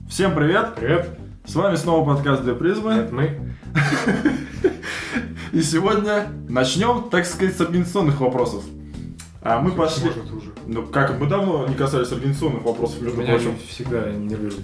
Всем привет! Привет! С вами снова подкаст «Две призмы». Это мы. И сегодня начнем, так сказать, с организационных вопросов. А мы пошли... Может, уже. Ну, как мы давно не касались организационных вопросов, между Меня прочим. всегда нервирует.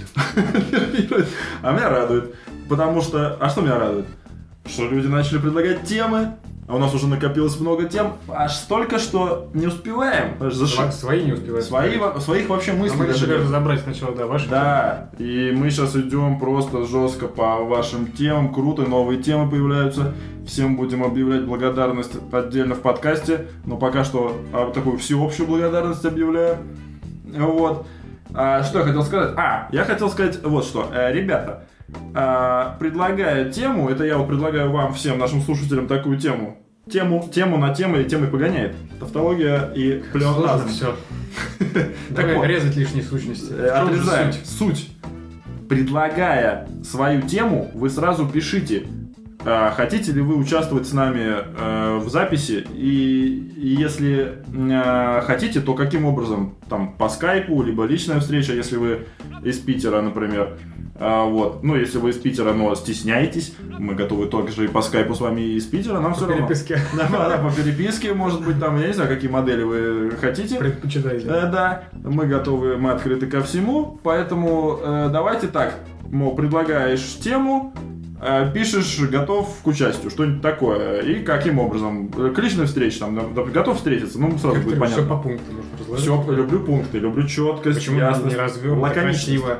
А меня радует. Потому что... А что меня радует? Что люди начали предлагать темы. А у нас уже накопилось много тем. Аж столько, что не успеваем. Свои не успевают. Своих вообще мыслей. А мы даже решили нет. разобрать сначала, да, ваши. Да, и мы сейчас идем просто жестко по вашим темам. Круто, новые темы появляются. Всем будем объявлять благодарность отдельно в подкасте. Но пока что такую всеобщую благодарность объявляю. Вот. Что я хотел сказать? Я хотел сказать вот что. Ребята, предлагая тему, это я вот предлагаю вам, всем нашим слушателям, такую тему. Тему на тему или темой погоняет. Тавтология и плеоназм. Все. Так Давай вот. резать лишние сущности. Отрезаем. Суть. Предлагая свою тему, вы сразу пишите, хотите ли вы участвовать с нами в записи, и если хотите, то каким образом? Там по скайпу, либо личная встреча, если вы из Питера, например. Вот. Ну, если вы из Питера, но стесняетесь, мы готовы также и по скайпу с вами из Питера, нам все равно. Переписке. Да, по переписке, может быть, там, я не знаю, какие модели вы хотите. Предпочитайте. Да, мы готовы, мы открыты ко всему, поэтому давайте так, мол, предлагаешь тему, пишешь, готов к участию, что-нибудь такое, и каким образом, к личной встрече, там, готов встретиться, ну, сразу будет понятно. Все по пунктам нужно разложить. Все, люблю пункты, люблю четкость, Почему ясность, не развернуто, лаконичность. красиво?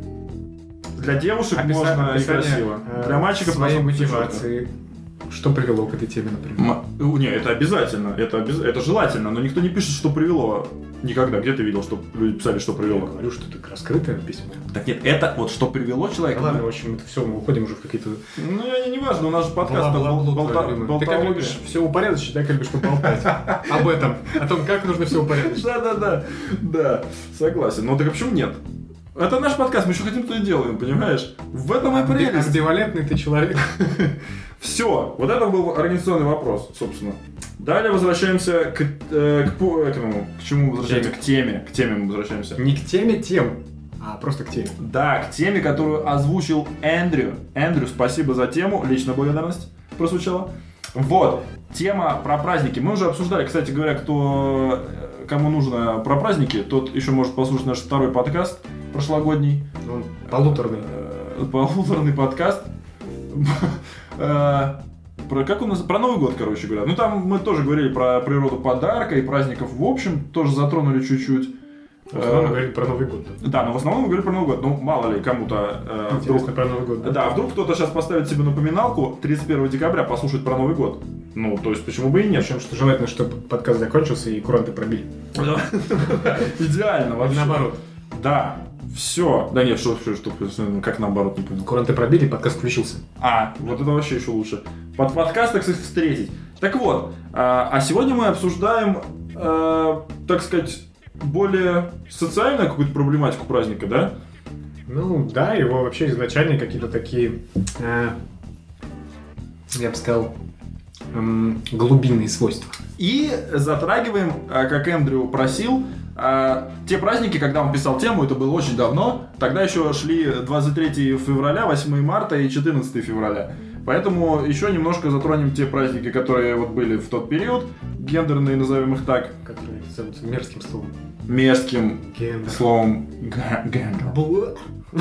Для девушек можно и красиво, для мальчиков своей должно быть мотивации. Что привело к этой теме, например? Не, это обязательно, это желательно, но никто не пишет, что привело. Никогда. Где ты видел, что люди писали, что Я привело? говорю, что это раскрытое письмо. Так нет, это вот что привело человека. Ладно, в общем, это все, мы уходим уже в какие-то... Ну, не важно, у нас же подкаст Ты как болтология. любишь все упорядочить, так любишь поболтать. Об этом. О том, как нужно все упорядочить. Да, согласен. Ну так а почему нет? Это наш подкаст, мы еще хотим, то и делаем, понимаешь? В этом и прелесть. Амбивалентный ты человек. Все, вот это был организационный вопрос, собственно. Далее возвращаемся к чему мы возвращаемся? К теме мы возвращаемся. Не к теме тем, а просто к теме. Да, к теме, которую озвучил Эндрю. Эндрю, спасибо за тему, личная благодарность прозвучала. Вот, тема про праздники. Мы уже обсуждали, кстати говоря, кому нужно про праздники, тот еще может послушать наш второй подкаст прошлогодний. Он полуторный. Полуторный подкаст. Про Новый год, короче говоря. Ну, там мы тоже говорили про природу подарка и праздников в общем, тоже затронули чуть-чуть. В основном мы говорили про Новый год. Да, но в основном мы говорили про Новый год. Ну, мало ли, кому-то вдруг... про Новый год. Да, вдруг кто-то сейчас поставит себе напоминалку 31 декабря послушать про Новый год. Ну, то есть, почему бы и нет? Причем, что желательно, чтобы подкаст закончился и куранты пробили. Идеально вообще. Наоборот. Да, все. Да нет, что, как наоборот, не понял. Куранты пробили, и подкаст включился. Вот это вообще еще лучше. Под подкаст, кстати, встретить. Так вот, а сегодня мы обсуждаем, так сказать, более социальную какую-то проблематику праздника, да? Ну, да, его вообще изначально какие-то такие, я бы сказал, глубинные свойства. И затрагиваем, как Эндрю просил, те праздники, когда он писал тему, это было очень давно, тогда еще шли 23 февраля, 8 марта и 14 февраля. Поэтому еще немножко затронем те праздники, которые вот были в тот период, гендерные, назовем их так. Которые зовутся мерзким словом. Мерзким Гендер. словом гендер.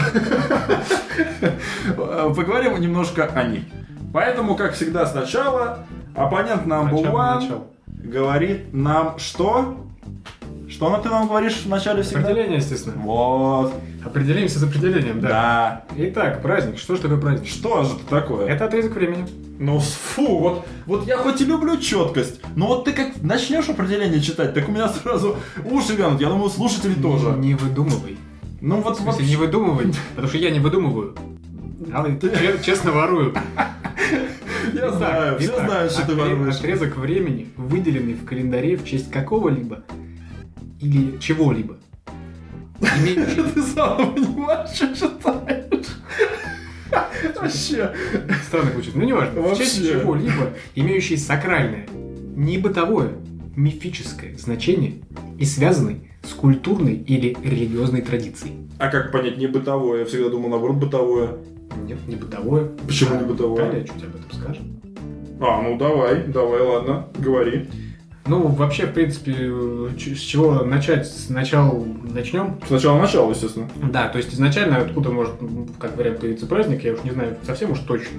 Поговорим немножко о них. Поэтому, как всегда, сначала оппонент number one говорит нам что? Что ты нам говоришь в начале всегда? Определение, естественно. Вот. Определимся с определением, да. Да. Итак, праздник. Что же такое праздник? Что же это такое? Это отрезок времени. Ну, фу, вот я хоть и люблю четкость, но вот ты как начнешь определение читать, так у меня сразу уши вянут. Я думаю, слушатели тоже. Не выдумывай. Ну вот В смысле, не выдумывай, потому что я не выдумываю. А честно ворую. Я знаю, все знают, что ты воруешь. Отрезок времени, выделенный в календаре в честь какого-либо или чего-либо. Ты сам понимаешь, что читаешь? Вообще. Странно звучит, но неважно. В честь чего-либо, имеющий сакральное, не бытовое, мифическое значение и связанный с культурной или религиозной традицией. А как понять не бытовое? Я всегда думал, наоборот, бытовое. Нет, не бытовое. Почему не бытовое? Далее чуть об этом скажем. Ну давай, ладно, говори. Ну, вообще, в принципе, с чего начать? Сначала начнем. Сначала, естественно. Да, то есть изначально, откуда может, как вариант, появиться праздник, я уж не знаю совсем уж точно.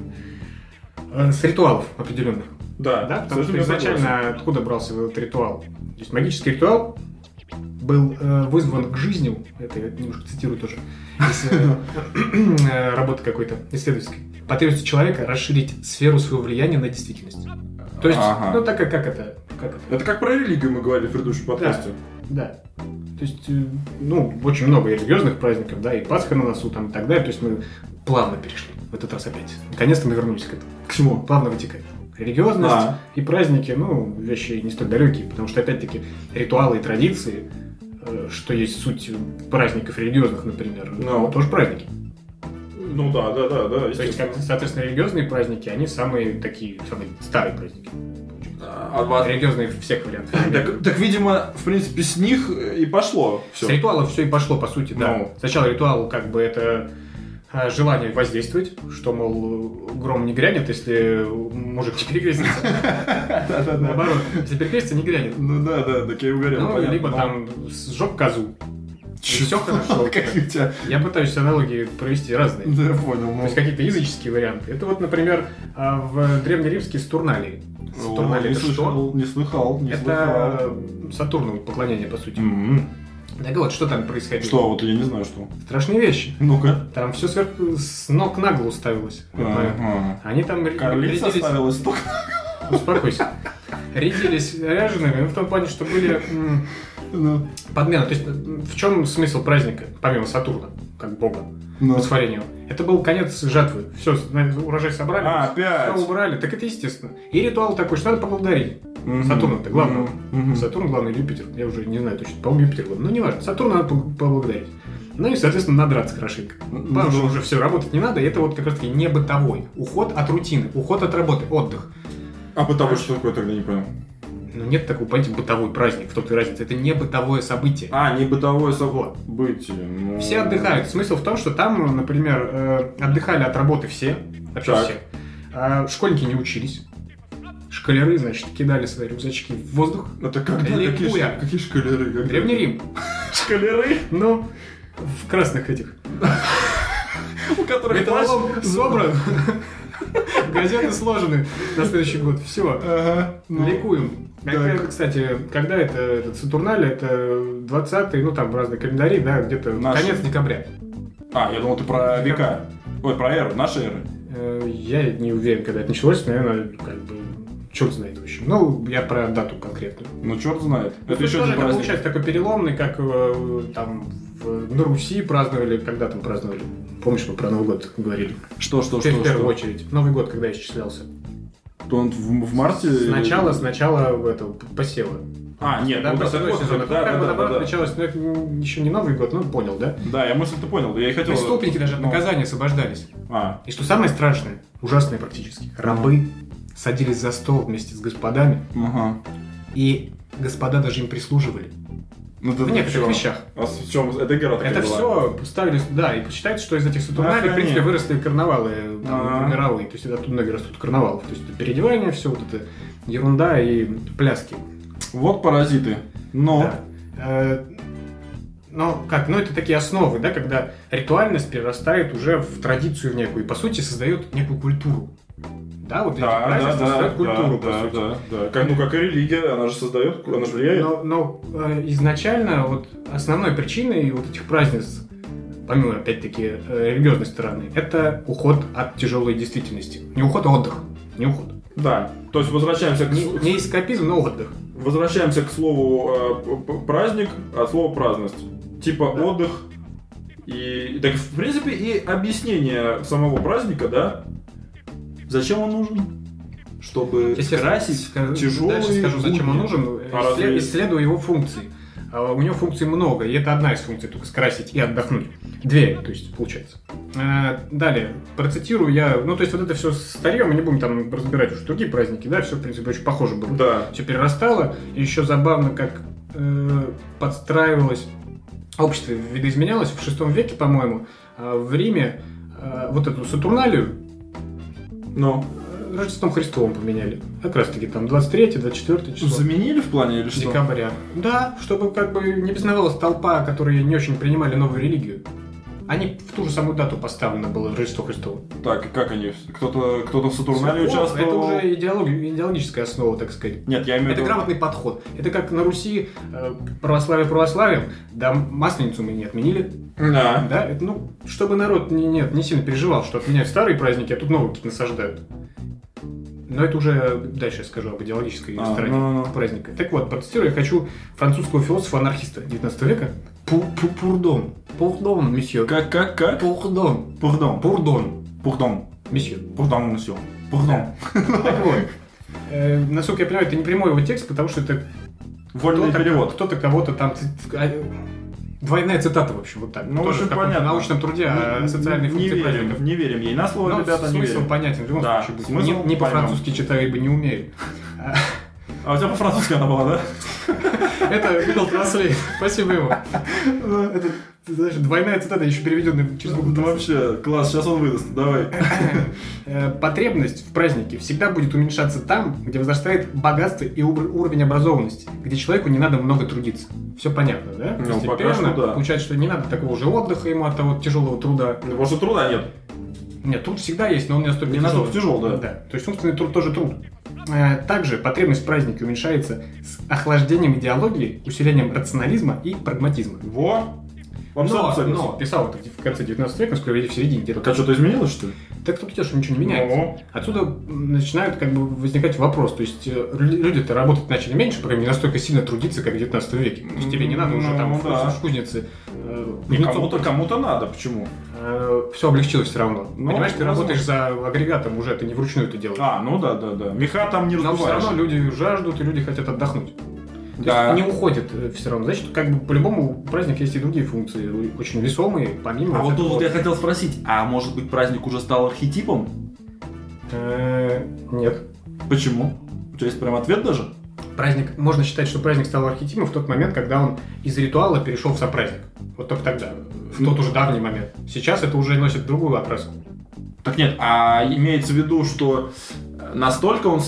С ритуалов определенных. Да, Потому что изначально откуда брался этот ритуал? То есть магический ритуал был вызван к жизни, это я немножко цитирую тоже, из работы какой-то исследовательской, потребностью человека расширить сферу своего влияния на действительность. То есть, ну так как это? Это как про религию мы говорили в предыдущем подкасте. Да. То есть, очень много религиозных праздников, да, и Пасха на носу там и так далее. То есть мы плавно перешли в этот раз опять. Наконец-то мы вернулись к этому. К чему? Плавно вытекает. Религиозность и праздники, вещи не столь далекие, потому что, опять-таки, ритуалы и традиции, что есть суть праздников религиозных, например, тоже праздники. Ну да. То есть, соответственно, религиозные праздники, они самые старые праздники. Религиозные всех вариантов. Так, видимо, в принципе, с них и пошло все. С ритуалов все и пошло, по сути, да. Сначала ритуал, это желание воздействовать, что, мол, гром не грянет, если мужик не перекрестится. Наоборот, если перекрестится, не грянет. Ну да, так я и угорел. Либо там сжег козу. Все хорошо. Я пытаюсь аналогии провести разные. Да, я понял. То есть какие-то языческие варианты. Это например, в древнеримске Стурналии. Стурналии это что? Не слыхал. Это Сатурну поклонение, по сути. Так вот, что там происходило? Что? Я не знаю, что. Страшные вещи. Ну-ка. Там все с ног на голову ставилось. Они там Карлица ставилась только. Успокойся. Рядились ряжеными, в том плане, что были подмены. То есть в чем смысл праздника, помимо Сатурна, как бога, восхваления? Это был конец жатвы. Все, урожай собрали, опять все убрали. Так это естественно. И ритуал такой, что надо поблагодарить. Сатурна-то главного. Сатурн главный, Юпитер. Я уже не знаю точно, по-моему, Юпитер главный. Но не важно. Сатурна надо поблагодарить. Ну и, соответственно, надраться хорошенько. Потому что уже все, работать не надо. И это как раз таки не бытовой. Уход от рутины, уход от работы, отдых. А бытовой что такое, тогда не понял? Нет такого понятия бытовой праздник, в том-то и разница. Это не бытовое событие. Не бытовое событие. Все отдыхают. Смысл в том, что там, например, отдыхали от работы все. Вообще все. Школьники не учились. Школяры, значит, кидали свои рюкзачки в воздух. Это когда? Какие школяры? Древний Рим. Школяры? В красных этих. У которых металлолом собран. Газеты сложены на следующий год. Все. Ликуем. Кстати, когда этот Сатурналь, это 20-й, там разные календари, да, где-то конец декабря. Я думал, ты про века. Про эру, нашей эры. Я не уверен, когда это началось, наверное, черт знает вообще. Я про дату конкретную. Черт знает. Это еще тоже получается такой переломный, как там на Руси праздновали, когда там праздновали. Помнишь, мы про Новый год говорили? Что? В первую очередь. Новый год, когда исчислялся. То он в марте? Сначала посева. Нет, да, началось, но это еще не Новый год, понял, да? Да, я мысль-то понял, я и хотел... Преступники даже от наказания освобождались. И что самое страшное, ужасное практически, рабы садились за стол вместе с господами, и господа даже им прислуживали. В некоторых вещах. А в чем? Это игра такая Это была? все ставили, да, и посчитается, что из этих Сатурналей, в принципе, выросли карнавалы мировые. То есть оттуда многие растут карнавалов. То есть это переодевание, все вот это ерунда и пляски. Вот паразиты. Но... Да. Это такие основы, да, когда ритуальность перерастает уже в традицию в некую, и, по сути, создает некую культуру. Да, вот эти празднества создают культуру, по сути. Да. Как и религия, она же создает, она же влияет. Но изначально основной причиной этих празднеств, помимо, опять-таки, религиозной стороны, это уход от тяжелой действительности. Не уход, а отдых. Не уход. Да, то есть возвращаемся к... Не эскапизм, но отдых. Возвращаемся к слову праздник от слова праздность. Отдых. И так, в принципе, и объяснение самого праздника, да? Зачем он нужен? Чтобы скрасить тяжелый... Дальше скажу, зачем он нужен. Исследую его функции. У него функций много, и это одна из функций, только скрасить и отдохнуть. Две, то есть, получается. Далее, процитирую я... то есть, это все старье, мы не будем там разбирать уж другие праздники, да, все, в принципе, очень похоже было. Да. Все перерастало, и еще забавно, как подстраивалось, общество видоизменялось в VI веке, по-моему, в Риме вот эту Сатурналию Рождеством Христовым поменяли. Как раз таки там 23-24 число. Заменили в плане или что? Декабря. Да, чтобы как бы не бесновалась толпа, которые не очень принимали новую религию. Они в ту же самую дату поставлено было Рождество Христово. Так, и как они? Кто-то в Сатурнале участвовал? Это уже идеологическая основа, так сказать. Нет, я имею в виду... Это грамотный подход. Это как на Руси православие православием, да, Масленицу мы не отменили. Да. Да, это, чтобы народ не сильно переживал, что отменяют старые праздники, а тут новые какие-то насаждают. Но это уже дальше я скажу об идеологической стороне праздника. Так вот, процитирую, я хочу французского философа-анархиста 19 века. Пурдон, месье. Как? Пурдон. Месье. Пурдон. Так вот. Насколько я понимаю, это не прямой его текст, потому что это... Вольный перевод. Кто-то кого-то там... Двойная цитата, в общем, вот так. Тоже понятно. В научном труде о социальной функции праздников. Не верим ей на слово, ребята, не верим. Смысл понятен, в любом случае. Не по-французски читаю, ибо не умею. А у тебя по-французски она была, да? Это Google Translate. Спасибо ему. Это, знаешь, двойная цитата, еще переведенная через Google Translate. Ну вообще, класс, сейчас он выдаст, давай. Потребность в празднике всегда будет уменьшаться там, где возрастает богатство и уровень образованности, где человеку не надо много трудиться. Все понятно, да? Постепенно, получается, что не надо такого же отдыха ему от того тяжелого труда. Потому что труда нет. Нет, труд всегда есть, но он не настолько тяжел, да. То есть умственный труд тоже труд. Также потребность в празднике уменьшается с охлаждением идеологии, усилением рационализма и прагматизма. Но писал это в конце 19 века, насколько я в середине где-то. Так что-то изменилось, что ли? Так тут что ничего не меняется. Отсюда начинают как бы возникать вопрос. То есть люди-то работать начали меньше, потому не настолько сильно трудиться, как в 19 веке. То есть тебе не надо уже там в кузнице. Кому-то надо, почему? Все облегчилось все равно. Понимаешь, ты работаешь за агрегатом, уже ты не вручную это делаешь. Да. Меха там не раздуваешь. Но все равно люди жаждут, и люди хотят отдохнуть. Да. Не уходит все равно. Значит, как бы по-любому праздник есть и другие функции, очень весомые, помимо... А вот тут я хотел спросить, а может быть праздник уже стал архетипом? Нет. Почему? У тебя есть прям ответ даже? Праздник, можно считать, что праздник стал архетипом в тот момент, когда он из ритуала перешел в сопраздник. Вот только тогда, в тот уже давний момент. Сейчас это уже носит другую окраску. Так нет, а имеется в виду, что настолько он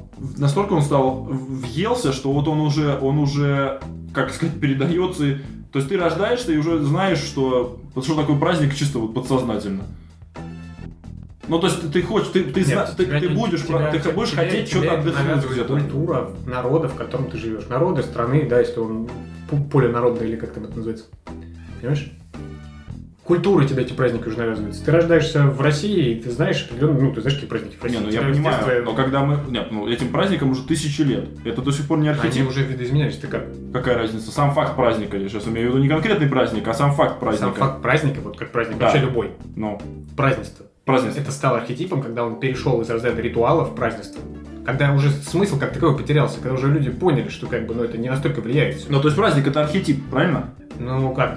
въелся, что вот он уже, как сказать, передается. То есть ты рождаешься и уже знаешь, что такое праздник чисто вот подсознательно. Ну, то есть ты хочешь, ты будешь хотеть что-то отдохнуть где-то. Культура народа, в котором ты живешь. Народа, страны, да, если он полинародный или как там это называется. Понимаешь? Культура тебе эти праздники уже навязываются. Ты рождаешься в России, и ты знаешь определенно, ты знаешь, какие праздники в России. Я понимаю, но когда мы... этим праздникам уже 1000 лет. Это до сих пор не архетип. Они уже видоизменялись, ты как? Какая разница? Сам факт праздника. Я сейчас имею в виду не конкретный праздник, а сам факт праздника. Сам факт праздника, вот как праздник, вообще любой. Празднество. Это стало архетипом, когда он перешел из разряда ритуала в празднество. Когда уже смысл как таковой потерялся, когда уже люди поняли, что как бы, это не настолько влияет. То есть праздник это архетип, правильно? Как?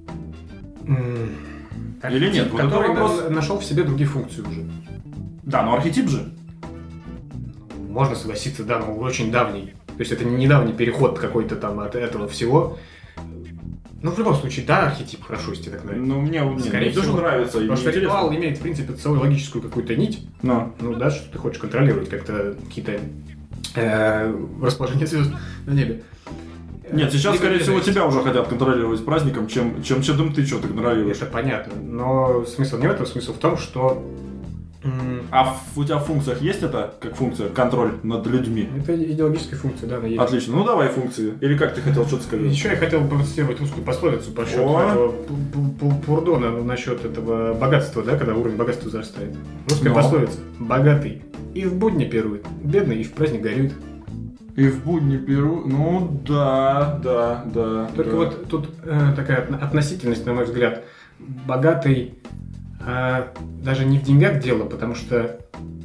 Или нет? Который нашел в себе другие функции уже. Да, но архетип же. Можно согласиться, да, но очень давний. То есть это не недавний переход какой-то там от этого всего. В любом случае, да, архетип хорошо, если так нравится. Мне тоже нравится. Потому что ритуал имеет, в принципе, целую логическую какую-то нить. Да, что ты хочешь контролировать как-то какие-то расположения звезд на небе. Нет, сейчас, скорее всего, тебя уже хотят контролировать праздником, чем ты что-то контролируешь. Это понятно, но смысл не в этом, смысл в том, что... А у тебя в функциях есть это, как функция, контроль над людьми? Это идеологическая функция, да, она есть. Отлично, давай функции. Или как ты хотел что-то сказать? Еще я хотел процитировать русскую пословицу по счету этого Пурдона насчет этого богатства, да, когда уровень богатства возрастает. Русская пословица: богатый и в будни пирует, бедный и в праздник горюет. И в будни пирует, да. Только вот тут такая относительность, на мой взгляд. Богатый даже не в деньгах дело, потому что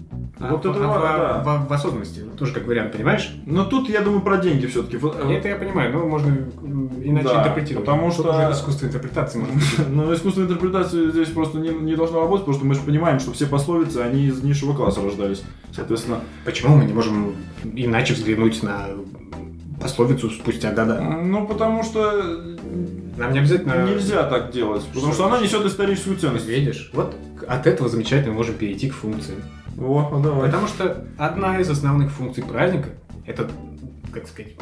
в осознанности, тоже как вариант, понимаешь? Но тут, я думаю, про деньги все-таки. Это я понимаю, но можно иначе интерпретировать. Потому что уже искусство интерпретации может быть. Искусство интерпретации здесь просто не должно работать, потому что мы же понимаем, что все пословицы, они из низшего класса рождались. Соответственно... Почему мы не можем иначе взглянуть на пословицу спустя года. Ну, потому что Нам не обязательно... нельзя так делать, потому что она несет историческую ценность. Видишь, вот от этого замечательно можем перейти к функциям. О, ну давай. Потому что одна из основных функций праздника – это, как сказать,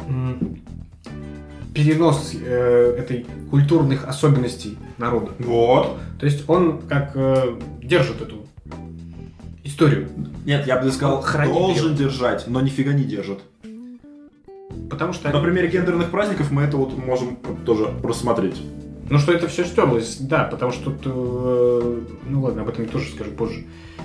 перенос этой культурных особенностей народа. Вот. То есть он как держит эту историю. Нет, я бы сказал, Хранит должен её. держать, но нифига не держит. Потому что... На примере гендерных праздников мы это вот можем тоже рассмотреть. Ну, что это все стерлось, да, потому что тут... ну ладно, об этом я тоже скажу позже.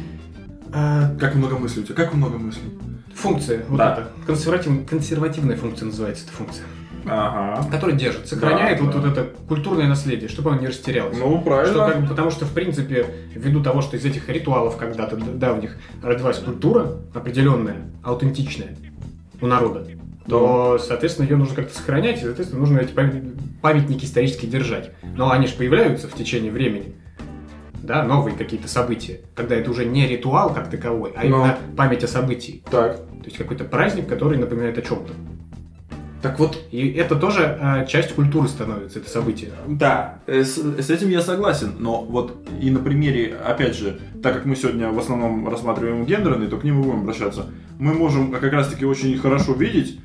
Как много мыслей у тебя? Как много мыслей? Функция, вот Да. эта, консервативная функция называется эта функция, Ага. которая держит, сохраняет Да, вот, да. вот это культурное наследие, чтобы оно не растерялось. Ну, Что, правильно. потому что, в принципе, ввиду того, что из этих ритуалов когда-то давних родилась культура определенная, аутентичная у народа, то, соответственно, ее нужно как-то сохранять, и, соответственно, нужно эти памятники исторически держать. Но они же появляются в течение времени. Да, новые какие-то события, когда это уже не ритуал как таковой, а именно память о событии. Так. То есть какой-то праздник, который напоминает о чем-то. Так вот, И это тоже часть культуры становится, это событие. да, с этим я согласен, но вот и на примере, опять же, так как мы сегодня в основном рассматриваем гендерные, то к ним мы будем обращаться, мы можем как раз-таки очень хорошо видеть,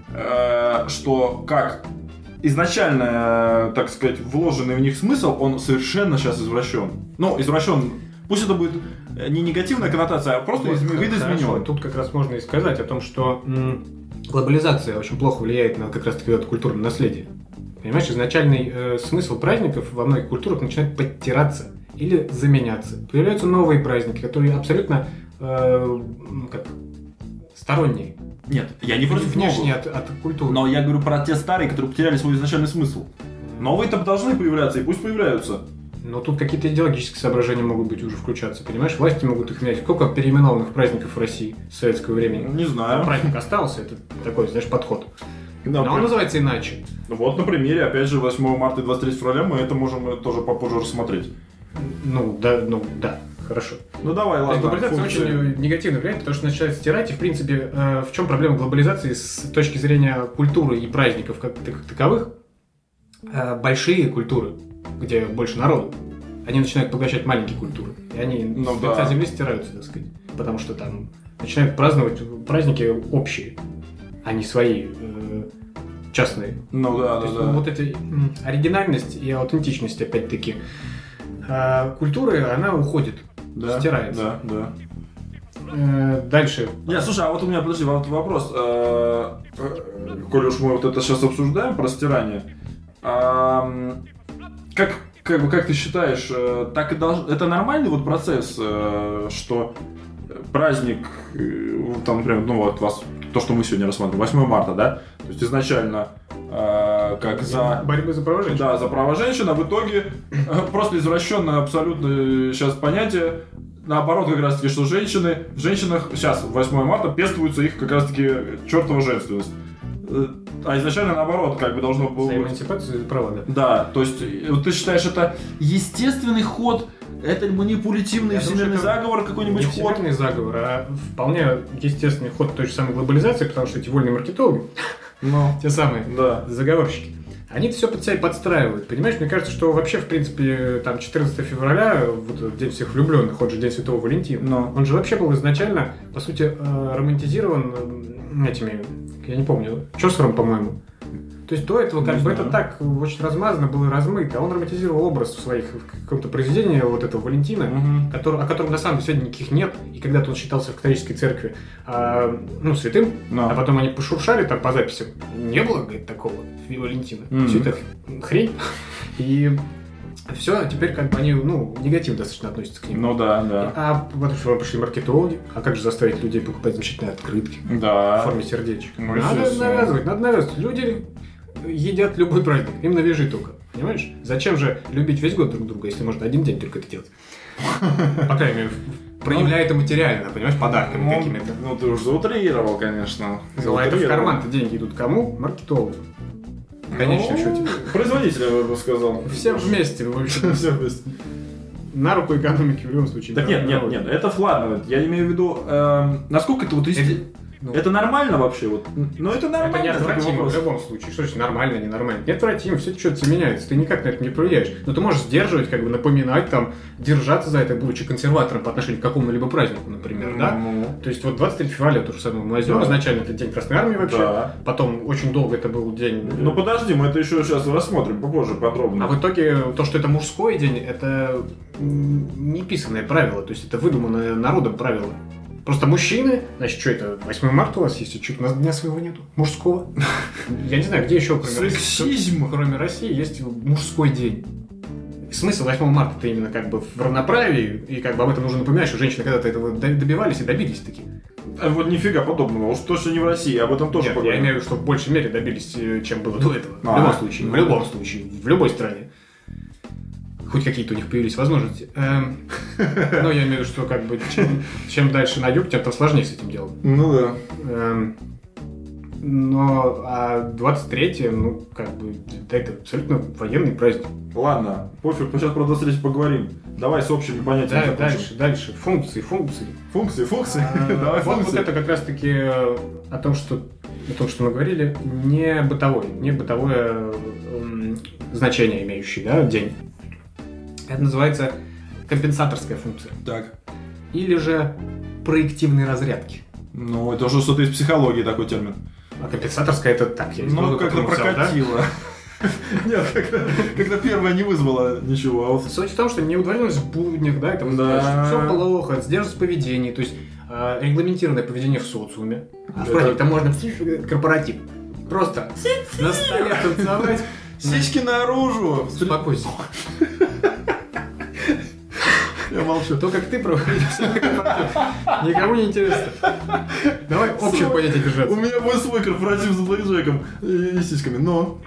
что как изначально, так сказать, вложенный в них смысл, он совершенно сейчас извращен. Ну, извращен, пусть это будет не негативная коннотация, а просто Вот, видоизменен. хорошо. Тут как раз можно и сказать о том, что глобализация очень плохо влияет на как раз-таки это культурное наследие. Понимаешь, изначальный смысл праздников во многих культурах начинает подтираться или заменяться. Появляются новые праздники, которые абсолютно как сторонние. Нет, я не против Внешние новых, от культуры. но я говорю про те старые, которые потеряли свой изначальный смысл. Новые-то должны появляться, и пусть появляются. Но тут какие-то идеологические соображения могут быть уже включаться, понимаешь? Власти могут их менять. Сколько переименованных праздников в России с советского времени? Не знаю. Праздник остался, это такой, знаешь, подход. Да, Но он называется иначе. вот на примере, опять же, 8 марта и 23 февраля мы это можем тоже попозже рассмотреть. Ну, да, хорошо. Ну давай, То есть ладно. глобализация функции. очень негативно влияет, потому что начинает стирать, и, в принципе, в чем проблема глобализации с точки зрения культуры и праздников как таковых? Большие культуры, где больше народу, они начинают поглощать маленькие культуры, и они Ну с лица да. земли стираются, так сказать, потому что там начинают праздновать праздники общие, а не свои частные. Ну да, То есть, да. вот эта оригинальность и аутентичность, опять-таки, культуры, она уходит, Да, стирается. Да, да. Дальше. Не, слушай, а вот у меня, подожди, вот вопрос. Коль уж мы вот это сейчас обсуждаем про стирание, как ты считаешь, так и это нормальный вот процесс, что праздник, там, например, ну вот вас, то, что мы сегодня рассматриваем, 8 марта, да? То есть изначально как за... Борьбы за права женщин. Да, за права женщин, а в итоге просто извращенное абсолютно сейчас понятие. Наоборот, как раз таки, что в женщинах сейчас, 8 марта, пестуется их как раз таки чертова женственность. А изначально наоборот, как бы должно было За быть. эмансипацию и за права, да. Да, то есть, вот ты считаешь, это естественный ход, это манипулятивный Я думаю, всемирный что это заговор, какой-нибудь Не ход? всемирный заговор, а вполне естественный ход той же самой глобализации, потому что эти вольные маркетологи, Ну, те самые да. заговорщики, они все под себя и подстраивают. Понимаешь, мне кажется, что вообще, в принципе, там 14 февраля, вот День всех влюбленных, он же День Святого Валентина, Но. он же вообще был изначально, по сути, романтизирован этими, я не помню, Чосером, по-моему. То есть до этого как Не бы знаю. это так очень размазано было и размыто, а он романтизировал образ в своих в каком-то произведении вот этого Валентина, Мгм. о котором на самом деле сегодня никаких нет, и когда-то он считался в католической церкви святым, Но. а потом они пошуршали там по записям, не было, говорит, такого Валентина, все это хрень, и все, теперь как бы они, негативно достаточно относятся к ним. Ну да, да. А потому что пришли маркетологи, а как же заставить людей покупать замечательные открытки в Да. форме сердечек? Ну, Надо естественно. навязывать. Люди едят любой праздник, им навяжи только. Понимаешь? Зачем же любить весь год друг друга, если можно один день только это делать? По крайней мере, проявляя это материально, понимаешь, подарками какими-то. Ну, ты уж заутрировал, конечно. А это в Заутрировал. карман-то деньги идут кому? Маркетологу. В конечном Ну, счете. Производитель, я бы сказал. Всем вместе, в общем. Все вместе. На руку экономики в любом случае. Так нет, это ладно. Я имею в виду, насколько это вот Ну, это нормально вообще? Вот? Ну, это нормально. Это неотвратимо в любом случае. Что значит нормально, ненормально? Неотвратимо, все что-то меняется. Ты никак на это не повлияешь. Но ты можешь сдерживать, как бы напоминать, там, держаться за это, будучи консерватором по отношению к какому-либо празднику, например, да? То есть вот 23 февраля, то же самое мы возьмем. Изначально это День Красной Армии вообще. Да. Потом очень долго это был день... Ну, подожди, мы это еще сейчас рассмотрим попозже подробно. А в итоге то, что это мужской день, это неписанное правило. То есть это выдуманное народом правило. Просто мужчины, значит, что это, 8 марта у вас есть, что-то у нас дня своего нету, мужского. Я не знаю, где еще, кроме России, есть мужской день. Смысл 8 марта это именно как бы в равноправии, и как бы об этом нужно напоминать, что женщины когда-то этого добивались и добились таки. А вот нифига подобного, уж точно не в России, об этом тоже Нет, поговорим. я имею в виду, что в большей мере добились, чем было до этого. В любом случае, в любой стране. Хоть какие-то у них появились возможности. Но я имею в виду, что как бы чем дальше на юг, тем сложнее с этим делом. Ну да. Но 23-е, ну, как бы, это абсолютно военный праздник. Ладно, пофиг, мы сейчас про 23 поговорим. Давай с общими понятиями. Дальше. Функции. Функции. Давай вот функции. это как раз-таки о том, что мы говорили, не бытовое значение имеющий, да, день. Это называется компенсаторская функция. Так. Или же проективные разрядки. Ну, это уже что-то из психологии такой термин. А компенсаторская это так, я ну, как-то прокатило. Нет, как-то первое не вызвало ничего. Суть в том, что неудовлетворенность в буднях, да, это все плохо, сдержанность в поведении, то есть регламентированное поведение в социуме. А в праздник там можно корпоратив. Просто на столе танцевать. Сиськи наружу! Успокойся. Я молчу. То, как ты проводишь, никому не интересно. Давай общее понятие держаться. У меня будет свой корпоратив с блэкджеком и сиськами, но...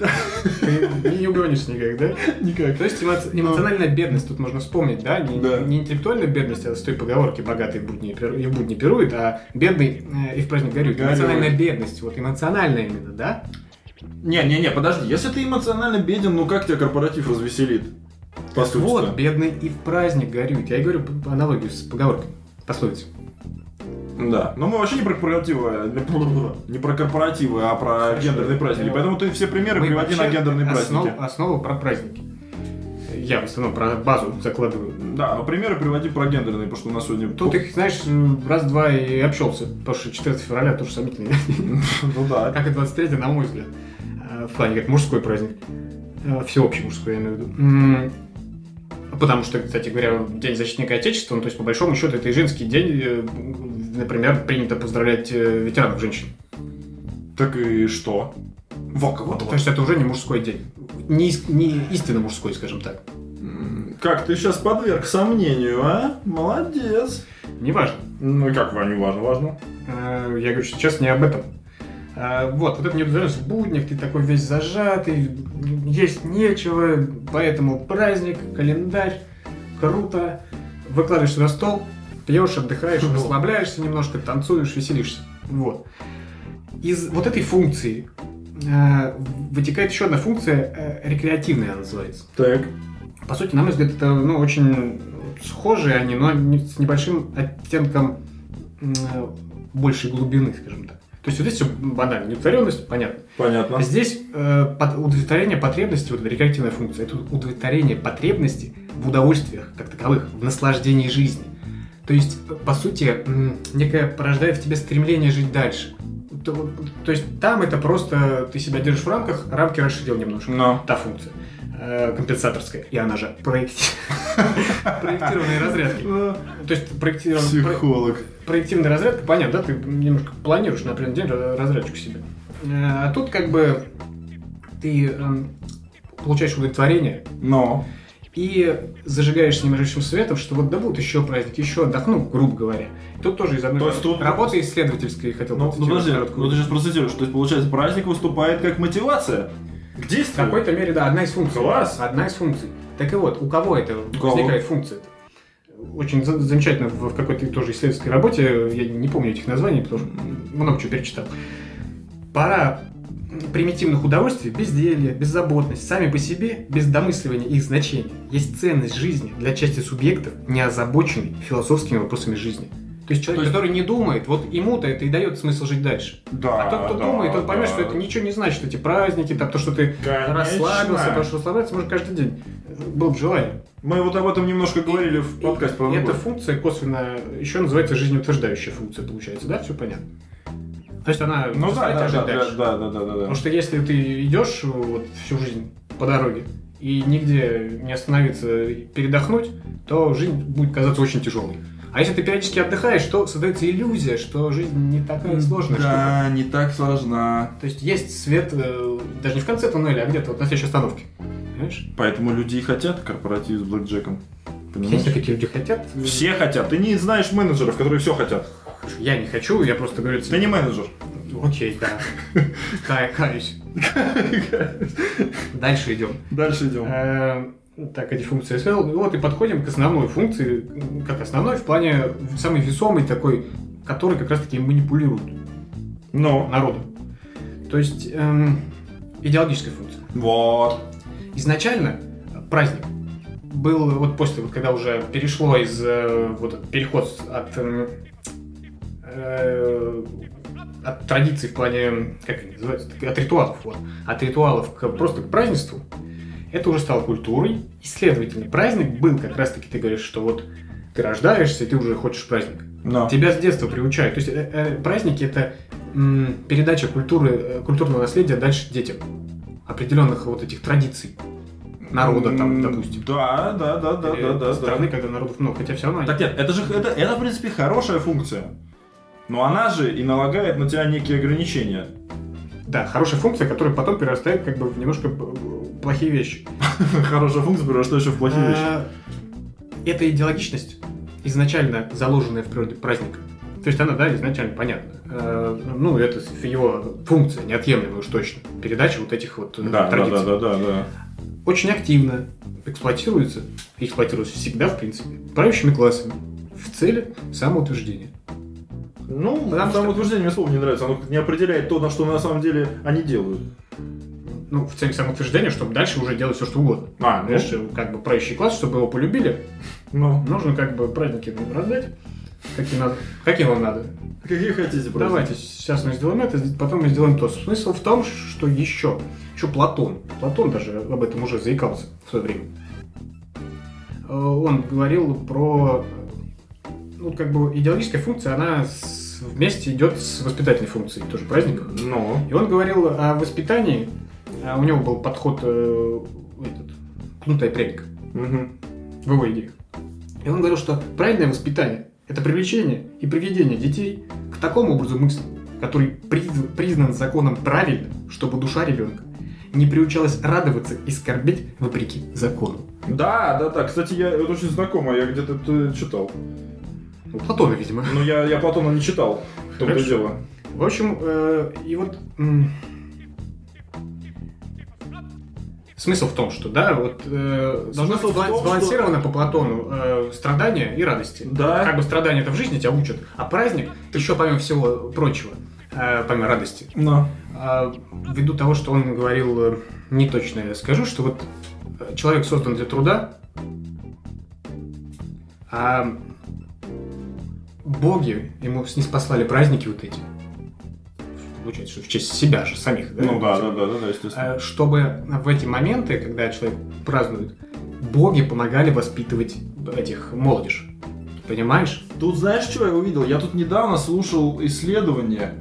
Ты не угонишь никак, да? Никак. То есть эмоциональная бедность тут можно вспомнить, да? Не интеллектуальная бедность, а с той поговорки «богатый в будни пирует», а «бедный и в праздник горюет». Эмоциональная бедность, вот эмоциональная именно, да? Не, подожди, если ты эмоционально беден, ну как тебя корпоратив развеселит? Вот, бедный и в праздник горюет. Я и говорю аналогию с поговоркой, пословицей. Да, но мы вообще не про корпоративы, а про гендерные праздники. Поэтому ты все примеры приводи на гендерные праздники. Основу про праздники. Я в основном про базу закладываю. Да, но примеры приводи про гендерные, потому что у нас сегодня... Тут их, знаешь, раз-два и общался, потому что 14 февраля тоже сомнительный. Ну да. Как и 23, на мой взгляд. В плане как мужской праздник. Всеобщий мужской, я имею в виду. Потому что, кстати говоря, День защитника Отечества, ну, то есть, по большому счету, это и женский день, например, принято поздравлять ветеранов женщин. Так и что? Вот. То есть, это уже не мужской день. Не истинно мужской, скажем так. Как ты сейчас подверг сомнению, а? Молодец. Неважно. Ну и как, не важно, важно. Я говорю, что сейчас не об этом. Вот эта неудовлетворенность в буднях, ты такой весь зажатый, есть нечего, поэтому праздник, календарь, круто, выкладываешься на стол, пьешь, отдыхаешь, расслабляешься немножко, танцуешь, веселишься. Вот. Из вот этой функции вытекает еще одна функция, рекреативная она называется. Так. По сути, на мой взгляд, это очень схожие они, но с небольшим оттенком большей глубины, скажем так. То есть вот здесь все банально, неудовлетворенность, понятно. Понятно. Здесь удовлетворение потребностей, вот эта рекреативная функция, это удовлетворение потребностей в удовольствиях как таковых, в наслаждении жизни. То есть, по сути, некое порождает в тебе стремление жить дальше. То есть там это просто ты себя держишь в рамках, рамки расширил немножко. Но. Та функция. Компенсаторская. И она же проектированные разрядки. То есть Психолог. проективная разрядка, понятно, да, ты немножко планируешь на определенный день разрядочку себе. А тут как бы ты получаешь удовлетворение. Но. И зажигаешь немножечным светом, что вот да будут еще праздники, еще отдохну, грубо говоря. Тут тоже из одной работы исследовательской хотел бы подожди, ты сейчас процитируешь, то есть получается праздник выступает как мотивация к действию? В какой-то мере, да, одна из функций. Класс! Одна из функций. Так и вот, у кого это возникает функция? Очень замечательно в какой-то тоже исследовательской работе, я не помню этих названий, потому что много чего перечитал. Пора примитивных удовольствий, безделье, беззаботность, сами по себе, без домысливания их значения, есть ценность жизни для части субъектов, не озабоченной философскими вопросами жизни. То есть человек, который не думает, вот ему-то это и дает смысл жить дальше. Да, а тот, кто думает, он поймет, что это ничего не значит, эти праздники, там, то, что ты расслабился, потому что расслабляться можно каждый день. Было бы желание. Мы вот об этом немножко говорили в подкасте про Новый год. Эта функция косвенно еще называется жизнеутверждающая функция, получается, да? Все понятно. То есть она заставляет жить дальше. Да. Потому что если ты идешь вот всю жизнь по дороге и нигде не остановиться передохнуть, то жизнь будет казаться очень тяжелой. А если ты периодически отдыхаешь, то создается иллюзия, что жизнь не такая сложная. Да, не так сложна. То есть есть свет даже не в конце туннеля, а где-то вот на следующей остановке. Понимаешь? Поэтому люди и хотят корпоратив с блэкджеком. Понимаешь? Какие люди хотят? Все хотят. Ты не знаешь менеджеров, которые все хотят. Я не хочу, я просто говорю... Ты не менеджер. Окей, да. Каюсь. Дальше идем. Так, эти функции я сказал. Вот и подходим к основной функции, как основной в плане самой весомой такой, который как раз-таки манипулирует народом. То есть идеологическая функция. Вот. Изначально праздник был вот после, вот, когда уже перешло из вот переход от традиций в плане, как они называются, от ритуалов, вот, от ритуалов просто к празднеству. Это уже стало культурой, и, следовательно, праздник был как раз-таки, ты говоришь, что вот ты рождаешься, и ты уже хочешь праздник. No. Тебя с детства приучают. То есть праздники – это передача культурного наследия дальше детям. Определенных вот этих традиций народа, там, допустим. Да. Страны, когда народов много, хотя все равно... Так нет, это, в принципе, хорошая функция. Но она же и налагает на тебя некие ограничения. Да, хорошая функция, которая потом перерастает как бы в немножко плохие вещи. Хорошая функция, перерастающая в плохие вещи. Это идеологичность, изначально заложенная в природе праздника. То есть она, да, изначально понятна. Ну, это его функция, неотъемлемая уж точно. Передача вот этих вот традиций. Да. Очень активно эксплуатируется всегда, в принципе, правящими классами в цели самоутверждения. Ну, самоутверждение мне слово не нравится, оно не определяет то, на что на самом деле они делают. Ну, в цели самоутверждения, чтобы дальше уже делать все, что угодно. Знаешь, как бы правящий класс, чтобы его полюбили, нужно как бы праздники раздать, какие вам надо. Какие хотите праздники. Давайте, сейчас мы сделаем это, потом мы сделаем то. Смысл в том, что еще Платон даже об этом уже заикался в свое время. Он говорил про... Ну, как бы идеологическая функция, она вместе идет с воспитательной функцией, тоже праздником. И он говорил о воспитании, у него был подход кнута и пряника в его идеях. И он говорил, что правильное воспитание – это привлечение и приведение детей к такому образу мысли, который признан законом правильным, чтобы душа ребенка не приучалась радоваться и скорбеть вопреки закону. Да. Кстати, это очень знакомо, я где-то это читал. У Платона, видимо. Ну, я Платона не читал, в том-то и дело. В общем, и вот смысл в том, что, да, вот должно быть сбалансировано по Платону страдания и радости. Да. Как бы страдания это в жизни тебя учат, а праздник, еще помимо всего прочего, помимо радости, ввиду того, что он говорил, не точно я скажу, что вот человек создан для труда, а боги ему снеспослали праздники вот эти. Получается, что в честь себя же, самих. Да? Ну да, естественно. Чтобы в эти моменты, когда человек празднует, боги помогали воспитывать этих молодежь. Понимаешь? Тут знаешь, что я увидел? Я тут недавно слушал исследование.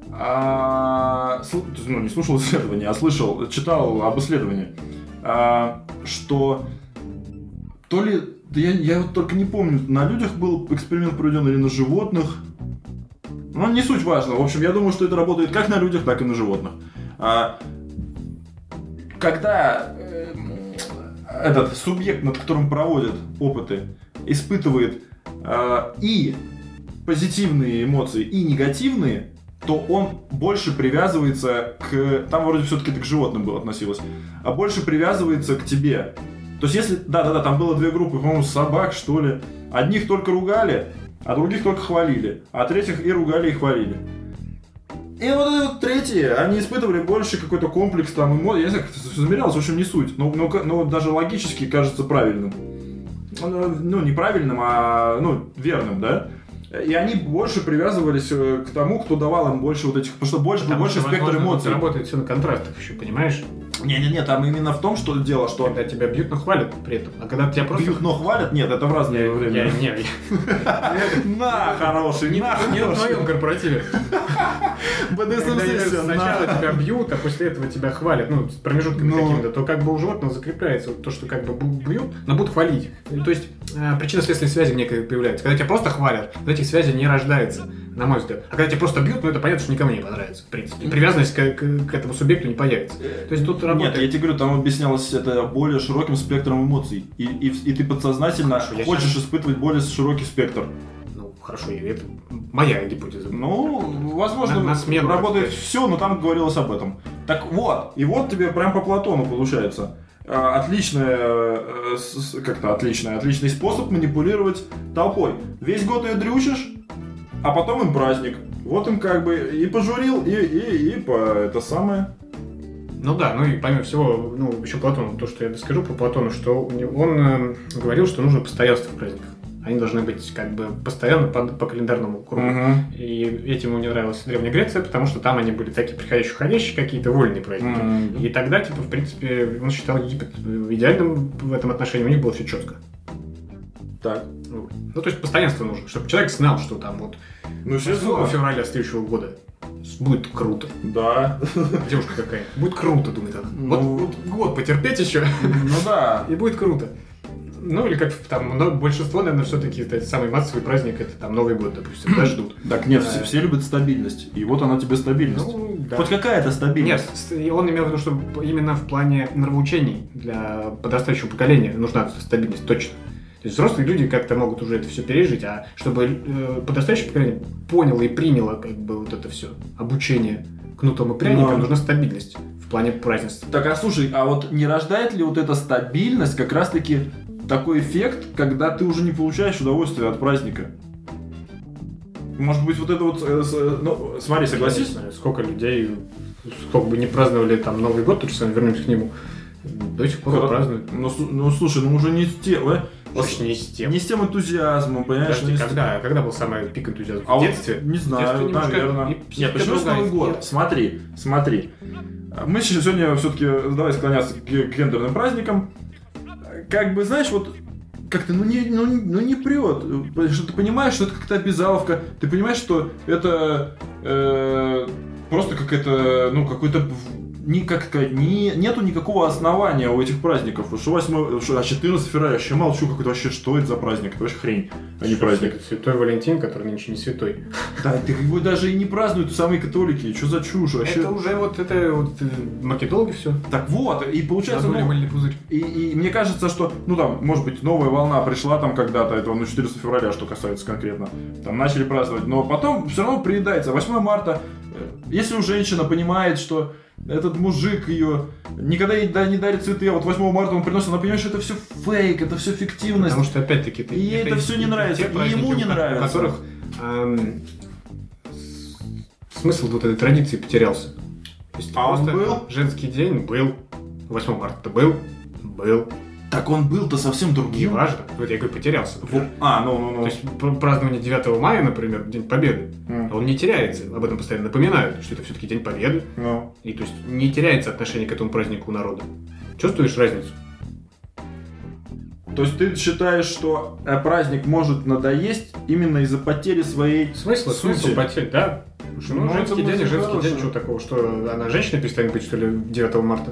Ну, не слушал исследование, а читал об исследовании. Что то ли... Я вот только не помню, на людях был эксперимент проведен или на животных. Ну, не суть важно. В общем, я думаю, что это работает как на людях, так и на животных. Когда этот субъект, над которым проводят опыты, испытывает и позитивные эмоции, и негативные, то он больше привязывается к... Там вроде все-таки это к животным было относилось. А больше привязывается к тебе. То есть если... Да, там было две группы, по-моему, собак, что ли. Одних только ругали, а других только хвалили. А третьих и ругали, и хвалили. И вот третьи, они испытывали больше какой-то комплекс там эмоций. Я не знаю, как это замерялось, в общем, не суть. Но даже логически кажется правильным. Ну, не правильным, а верным, да? И они больше привязывались к тому, кто давал им больше вот этих... Потому что больше спектр эмоций. Работает все на контрастах еще, понимаешь? Не-не-не, там именно в том, что дело, что... Когда тебя бьют, но хвалят при этом. А когда тебя просто... Бьют, но хвалят? Нет, это в разное время. На, хороший, на, не в твоем корпоративе. БДСМ-сессия. Сначала тебя бьют, а после этого тебя хвалят, с промежутками какими-то, то как бы у животного закрепляется то, что как бы бьют, но будут хвалить. То есть причинно-следственные связи некие появляются. Когда тебя просто хвалят, этих связей не рождается, на мой взгляд. А когда тебя просто бьют, это понятно, что никому не понравится, в принципе. И привязанность к этому субъекту не появится. То есть тут работает... Нет, я тебе говорю, там объяснялось это более широким спектром эмоций. И ты подсознательно хочешь испытывать более широкий спектр. Хорошо, это моя гипотеза. Возможно, работает все, но там говорилось об этом. Так вот, и вот тебе прям по Платону получается. Отличный способ манипулировать толпой. Весь год ее дрючишь, а потом им праздник. Вот им как бы и пожурил, и по это самое. И помимо всего, еще Платон, то, что я доскажу по Платону, что он говорил, что нужно постоянство в праздниках. Они должны быть как бы постоянно по календарному кругу. И этим ему не нравилась Древняя Греция, потому что там они были такие приходящие-уходящие, какие-то вольные праздники. И тогда, в принципе, он считал Египет идеальным в этом отношении, у них было все четко. Так. То есть постоянство нужно, чтобы человек знал, что там 2 февраля следующего года будет круто. Да. Девушка какая. Будет круто, думает она. Вот год потерпеть еще. Да. И будет круто. Или как там, большинство, наверное, все-таки самый массовый праздник, это там Новый год, допустим, ждут. Так нет, все любят стабильность. И вот она тебе стабильность. Да. Хоть какая-то стабильность. Нет, он имел в виду, что именно в плане нравоучений для подрастающего поколения нужна стабильность, точно. То есть взрослые люди как-то могут уже это все пережить, а чтобы подрастающее поколение поняло и приняло как бы вот это все обучение кнутом и пряником, нужна стабильность в плане празднества. Так, слушай, а вот не рождает ли вот эта стабильность как раз-таки такой эффект, когда ты уже не получаешь удовольствия от праздника? Может быть, вот это вот... смотри, согласись? Сколько людей, сколько бы не праздновали там Новый год, то самое, вернемся к нему, до сих пор празднуют. Слушай, уже не с тем... Не с тем. Не с тем энтузиазмом, понимаешь? Когда был самый пик энтузиазма? В детстве? Не знаю, наверное. Нет, почему с Новый год? Смотри. Мы сегодня все-таки давай склоняться к гендерным праздникам. Как бы, знаешь, вот как-то, не прет. Потому что ты понимаешь, что это как-то обязаловка. Ты понимаешь, что это просто какая-то, какой-то... нету никакого основания у этих праздников. Что 14 февраля, вообще молчу, какой-то вообще, что это за праздник? Это вообще хрень, а не праздник. Святой Валентин, который нынче не святой. Да, его даже и не празднуют самые католики. Что за чушь вообще? Это уже маркетологи все. Так вот, и получается... пузырь. И мне кажется, что, может быть, новая волна пришла там когда-то, этого 14 февраля, что касается конкретно. Там начали праздновать, но потом все равно приедается. 8 марта, если у женщина понимает, что этот мужик ее никогда ей не дарит цветы, а вот 8 марта он приносит, она понимает, что это все фейк, это все фиктивность. Потому что опять-таки и ей это все не нравится, и ему не нравится. У которых смысл вот этой традиции потерялся. То есть он был? Женский день был, 8 марта был. Так он был-то совсем другим. Неважно. Вот я говорю, потерялся. То есть празднование 9 мая, например, День Победы, он не теряется. Об этом постоянно напоминают, что это все-таки День Победы. И то есть не теряется отношение к этому празднику у народа. Чувствуешь разницу? То есть ты считаешь, что праздник может надоесть именно из-за потери своей смысл потери, да. Женский день, что такого, что она женщина перестанет быть, что ли, 9 марта?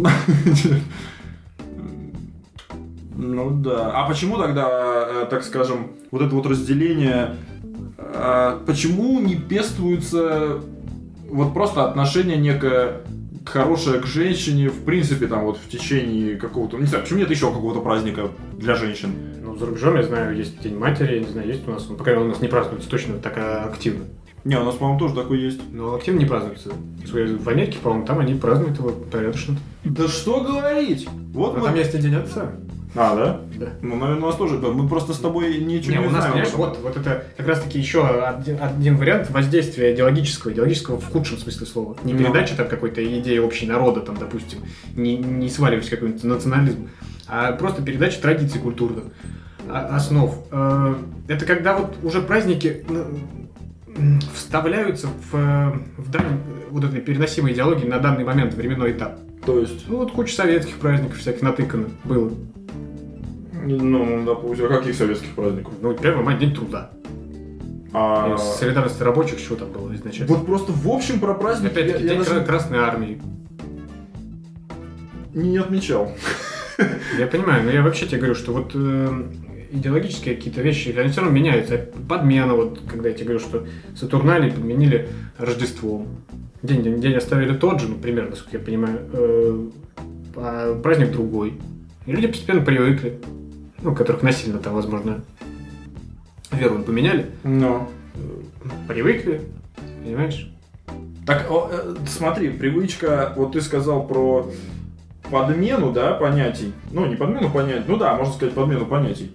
Да. А почему тогда, так скажем, вот это вот разделение, почему не пестуется вот просто отношение некое хорошее к женщине, в принципе, там вот в течение какого-то, не знаю, почему нет еще какого-то праздника для женщин? За рубежом, я знаю, есть День матери, я не знаю, есть у нас, по крайней мере, у нас не празднуется точно так активно. Не, у нас, по-моему, тоже такой есть. Но активно не празднуется. В Америке, по-моему, там они празднуют его порядочно. Да что говорить? Вот там есть и День отца. Да? Да. Наверное, у нас тоже. Мы просто с тобой ничего не знаем. У нас, понимаешь, вот это как раз-таки еще один вариант воздействия идеологического в худшем смысле слова. Не передача там какой-то идеи общей народа, там, допустим, не сваливаясь в какой-нибудь национализм, а просто передача традиций культурных. основ. Это когда вот уже праздники вставляются в данный, вот этой переносимой идеологии на данный момент, временной этап. То есть? Ну вот куча советских праздников всяких натыкано было. Ну, допустим, а каких советских праздников? Ну, 1 мая, День труда. Солидарность рабочих, что там было изначально? Вот просто в общем про праздники... Опять-таки, День даже Красной Армии. не отмечал. Я понимаю, но я вообще тебе говорю, что вот идеологические какие-то вещи, они все равно меняются. Подмена, вот когда я тебе говорю, что Сатурналий подменили Рождеством. День оставили тот же, например, насколько я понимаю, а праздник другой. И люди постепенно привыкли, ну, которых насильно там, возможно, веру поменяли. Но. Привыкли, понимаешь? Так, смотри, привычка, вот ты сказал про подмену, да, понятий. Ну, не подмену понятий, ну да, можно сказать подмену понятий.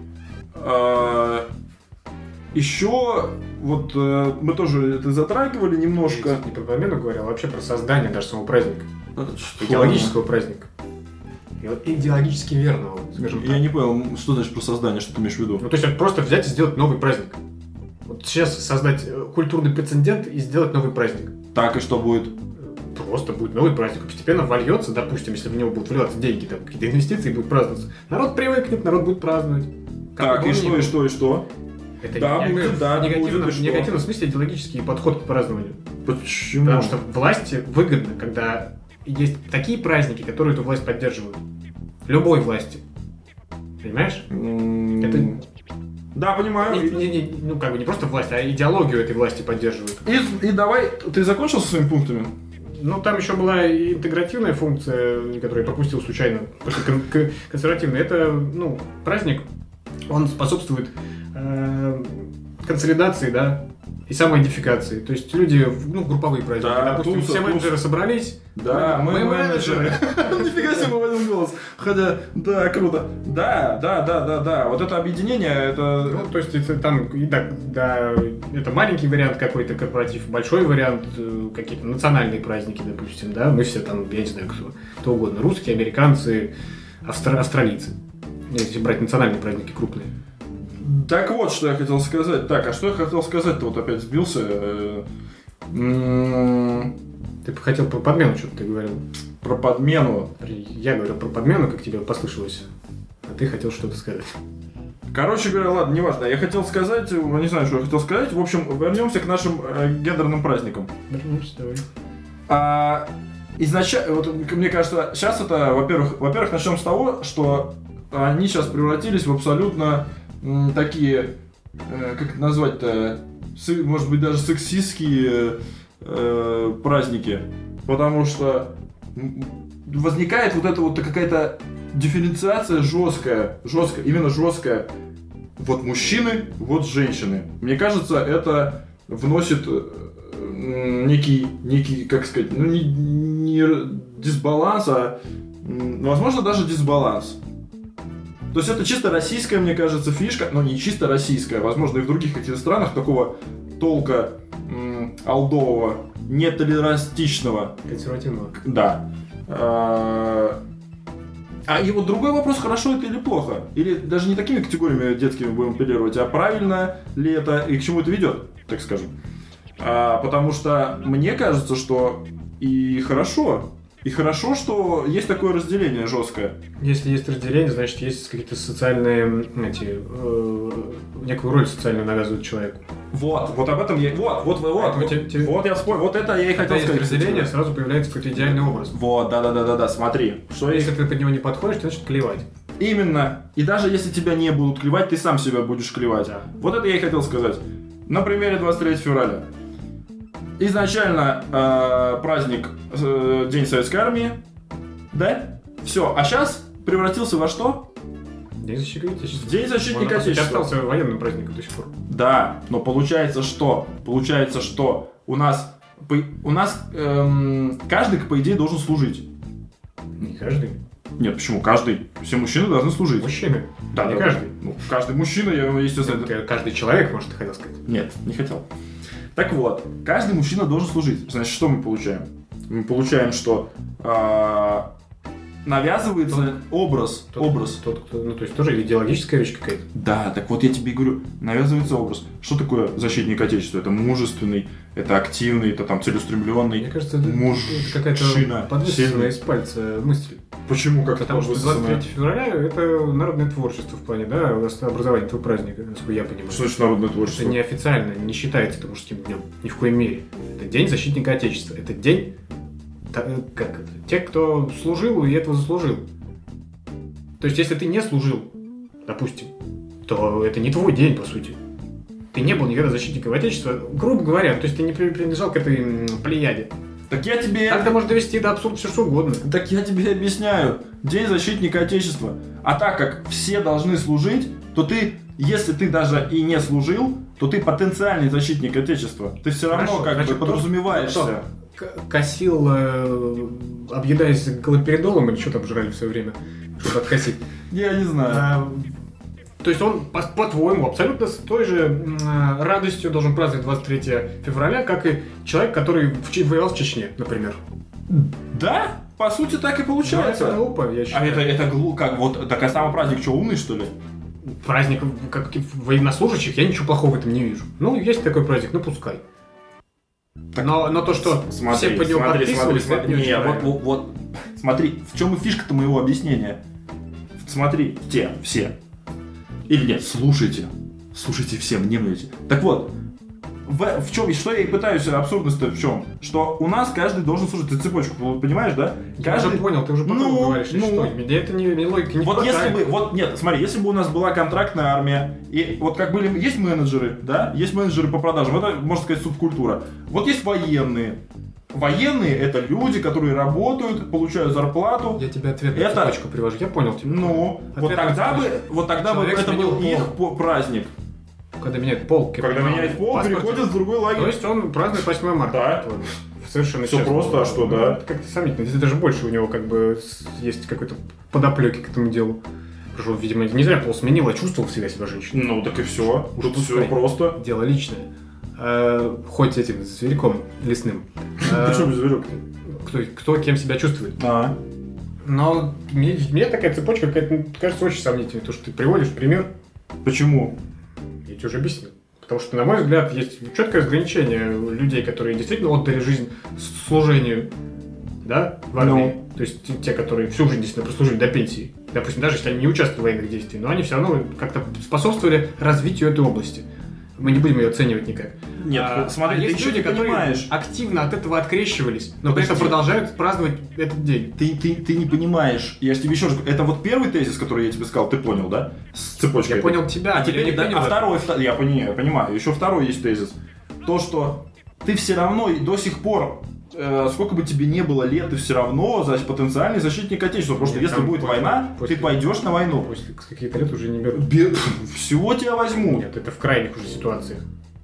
Еще, вот мы тоже это затрагивали немножко. Я не про подмену говорил, а вообще про создание даже самого праздника. Идеологического праздника. Идеологически верного, скажем так. Я не понял, что значит про создание, что ты имеешь в виду? Ну, то есть это просто взять и сделать новый праздник. Вот сейчас создать культурный прецедент и сделать новый праздник. Так, и что будет? Просто будет новый праздник. Постепенно вольется, допустим, если в него будут вливаться деньги, там какие-то инвестиции будут праздноваться. Народ привыкнет, народ будет праздновать. Так, и что? Это да, будет, будет, да, в негативном смысле идеологический подход к празднованию. Почему? Потому что власти выгодно, когда есть такие праздники, которые эту власть поддерживают. Любой власти. Понимаешь? Это... Да, понимаю. Ну, как бы не просто власть, а идеологию этой власти поддерживают. И давай, ты закончил со своими пунктами? Ну, там еще была и интегративная функция, которую я пропустил случайно. Консервативная. Это, ну, праздник, он способствует консолидации, да, и самоидентификации. То есть люди, ну, групповые праздники. Да, допустим, все менеджеры собрались. Да, мы менеджеры. Нифига себе, мы возьмем голос. Хотя, да, круто. Да. Вот это объединение, это... Ну, то есть это там, да, это маленький вариант какой-то корпоратив, большой вариант, какие-то национальные праздники, допустим, да. Мы все там, я не знаю, кто угодно. Русские, американцы, австралийцы. Если брать национальные праздники крупные. Так вот, что я хотел сказать. Так, а что я хотел сказать-то? Вот опять сбился. Ты хотел про подмену что-то ты говорил. Про подмену. Я говорил про подмену, как тебе послышалось. А ты хотел что-то сказать. Короче говоря, ладно, неважно. Я хотел сказать, не знаю, что я хотел сказать. В общем, вернемся к нашим гендерным праздникам. Вернемся, давай. Изначально, вот, мне кажется, сейчас это, во-первых, начнем с того, что они сейчас превратились в абсолютно такие, как это назвать-то, может быть, даже сексистские праздники. Потому что возникает вот эта вот какая-то дифференциация жесткая, именно жесткая. Вот мужчины, вот женщины. Мне кажется, это вносит некий, как сказать, ну не дисбаланс, а возможно даже дисбаланс. То есть это чисто российская, мне кажется, фишка, но не чисто российская, возможно, и в других каких-то странах такого толка олдового, нетолерантичного. Консервативного. Да. И вот другой вопрос, хорошо это или плохо. Или даже не такими категориями детскими будем апеллировать, а правильно ли это и к чему это ведет, так скажем. Потому что мне кажется, что и хорошо, что есть такое разделение жесткое. Если есть разделение, значит есть какие-то социальные, некую роль социальную навязывают человеку. Вот об этом я... Вот я вспомнил, вот это я и хотел сказать. Если разделение, сразу появляется какой-то идеальный образ. Вот, да, смотри. Что если ты под него не подходишь, то значит клевать. Именно. И даже если тебя не будут клевать, ты сам себя будешь клевать. Да. Вот это я и хотел сказать. На примере 23 февраля. Изначально праздник День Советской Армии, да? Все, а сейчас превратился во что? День защитника Отечества. День защитника Отечества. Остался военным праздником до сих пор. Да, но получается что? У нас каждый, по идее, должен служить. Не каждый. Нет, почему? Каждый. Все мужчины должны служить. Мужчины? Да, не да, каждый. Ну, каждый мужчина, естественно... Каждый человек, может, ты хотел сказать. Нет, не хотел. Так вот, каждый мужчина должен служить. Значит, что мы получаем? Мы получаем, что навязывается образ. Ну, то есть тоже идеологическая вещь какая-то. Да, так вот я тебе и говорю, навязывается образ. Что такое защитник Отечества? Это мужественный, это активный, это там целеустремленный. Мне кажется, это какая-то подвесная из пальца мысль. Почему как-то? Потому что 23 февраля это народное творчество в плане, да, образование, твой праздник, насколько я понимаю. Что значит народное творчество? Это неофициально, не считается это мужским днем, ни в коей мере. Это день защитника Отечества, это день тех, кто служил и этого заслужил. То есть, если ты не служил, допустим, то это не твой день, по сути. Ты не был никогда защитником Отечества, грубо говоря, то есть ты не принадлежал к этой плеяде. Так я тебе... Так ты можешь довести до абсурда все что угодно. Так я тебе объясняю. День защитника Отечества. А так как все должны служить, то ты, если ты даже и не служил, то ты потенциальный защитник Отечества. Ты все равно значит, подразумеваешься. Косил, объедаясь галоперидолом, или что там жрали в свое время, чтобы откосить. Я не знаю. То есть он, по-твоему, абсолютно с той же радостью должен праздновать 23 февраля, как и человек, который воевал в Чечне, например. Да, по сути так и получается. Это глупо, я считаю. А это глупо, как вот, так а самый праздник что, умный что ли? Праздник как военнослужащих, я ничего плохого в этом не вижу. Ну, есть такой праздник, ну пускай. Так, но то, что все под него подписывались, это не очень правильно. Вот, смотри, в чем и фишка-то моего объяснения. Смотри, все. Или нет, слушайте все, мне внимайте. Так вот, в чем, что я и пытаюсь, абсурдность в чем? Что у нас каждый должен слушать, ты цепочку, понимаешь, да? Я уже понял, ты уже потом говоришь, что? Мне это не логика не вот хватает. если бы, нет, смотри, если бы у нас была контрактная армия, и вот как были, есть менеджеры, да, есть менеджеры по продажам, это, можно сказать, субкультура. Вот есть военные. Военные — это люди, которые работают, получают зарплату. Я тебе ответную цепочку привожу, я понял тебя. Ну, вот тогда бы это был их праздник. Когда меняет пол, переходит в другой лагерь. То есть он празднует 8 марта. Да. Совершенно все честно. просто, а что, да? Это как-то сомнительно. Здесь даже больше у него как бы есть какой-то подоплеки к этому делу. Потому что, видимо, не зря пол сменил, а чувствовал всегда себя женщиной. Ну, так и все. Тут все просто. Дело личное. Хоть этим зверьком лесным. Почему зверек? Кто кем себя чувствует. Но мне такая цепочка какая-то кажется очень сомнительной. То, что ты приводишь пример. Почему? Я тебе уже объяснил. Потому что, на мой взгляд, есть четкое разграничение людей, которые действительно отдали жизнь служению, да, в армии. То есть те, которые всю жизнь действительно прослужили до пенсии. Допустим, даже если они не участвовали в военных действиях, но они все равно как-то способствовали развитию этой области. Мы не будем ее оценивать никак. Нет, смотри, есть люди, которые активно от этого открещивались, но при этом продолжают праздновать этот день. Ты не понимаешь. Я же тебе еще раз говорю, это вот первый тезис, который я тебе сказал, ты понял, да? С цепочкой. Я понял тебя, а теперь второй, я понимаю. Еще второй есть тезис. То, что ты все равно до сих пор, сколько бы тебе не было лет, ты все равно потенциальный защитник Отечества. Потому что если будет война, ты пойдешь на войну. После каких-то лет уже не берут. Всего тебя возьмут. Нет, это в крайних уже ситуациях.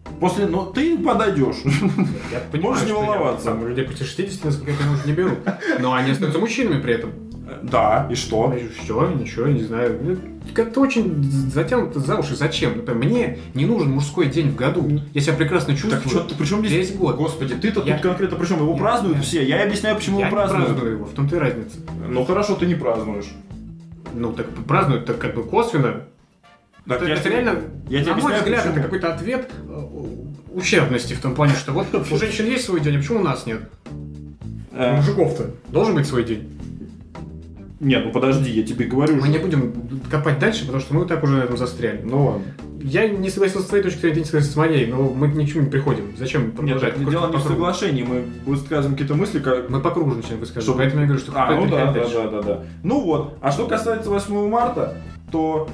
Ты подойдешь. Я понимаю, можешь не волноваться. Людей после 60, насколько я понимаю, не берут. Но они остаются мужчинами при этом. Да, и что? Что? Ничего, не знаю. Как-то очень затянуто за уши. Зачем? Например, мне не нужен мужской день в году. Я себя прекрасно чувствую. Так причем здесь весь год. Господи, ты-то тут конкретно причем его празднуют все. Я объясняю, почему его празднуют. Я праздную его, в том-то и разница. Ну хорошо, ты не празднуешь. Ну так празднуют так как бы косвенно. Так это реально, на мой взгляд, это какой-то ответ ущербности в том плане, что вот у женщин есть свой день, а почему у нас нет? У мужиков-то должен быть свой день. Нет, ну подожди, я тебе говорю. Мы не будем копать дальше, потому что мы так уже на этом застряли. Ну ладно. Я не согласился с твоей точки зрения, ты не согласился с моей, но мы ни к чему не приходим. Зачем продолжать? Нет, дело не в соглашении, мы высказываем какие-то мысли, как... Мы по кругу начинаем высказывать, поэтому я говорю, что... Да. Ну вот, а что касается 8 марта, то...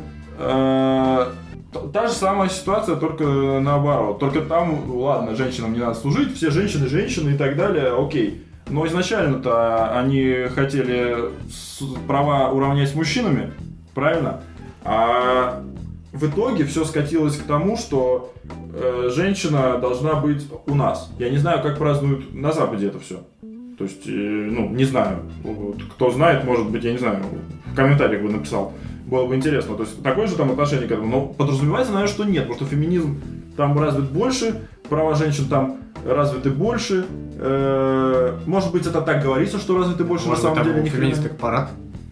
та же самая ситуация, только наоборот. Только там, ладно, женщинам не надо служить, все женщины и так далее, окей. Но изначально-то они хотели права уравнять с мужчинами, правильно? А в итоге все скатилось к тому, что женщина должна быть у нас. Я не знаю, как празднуют на Западе это все. То есть, не знаю. Кто знает, может быть, я не знаю, в комментариях бы написал. Было бы интересно. То есть, такое же там отношение к этому. Но подразумевается, наверное, что нет. Потому что феминизм там развит больше, права женщин там развиты больше. Может быть, это так говорится, что развиты больше, может, на самом деле. Феминисток парад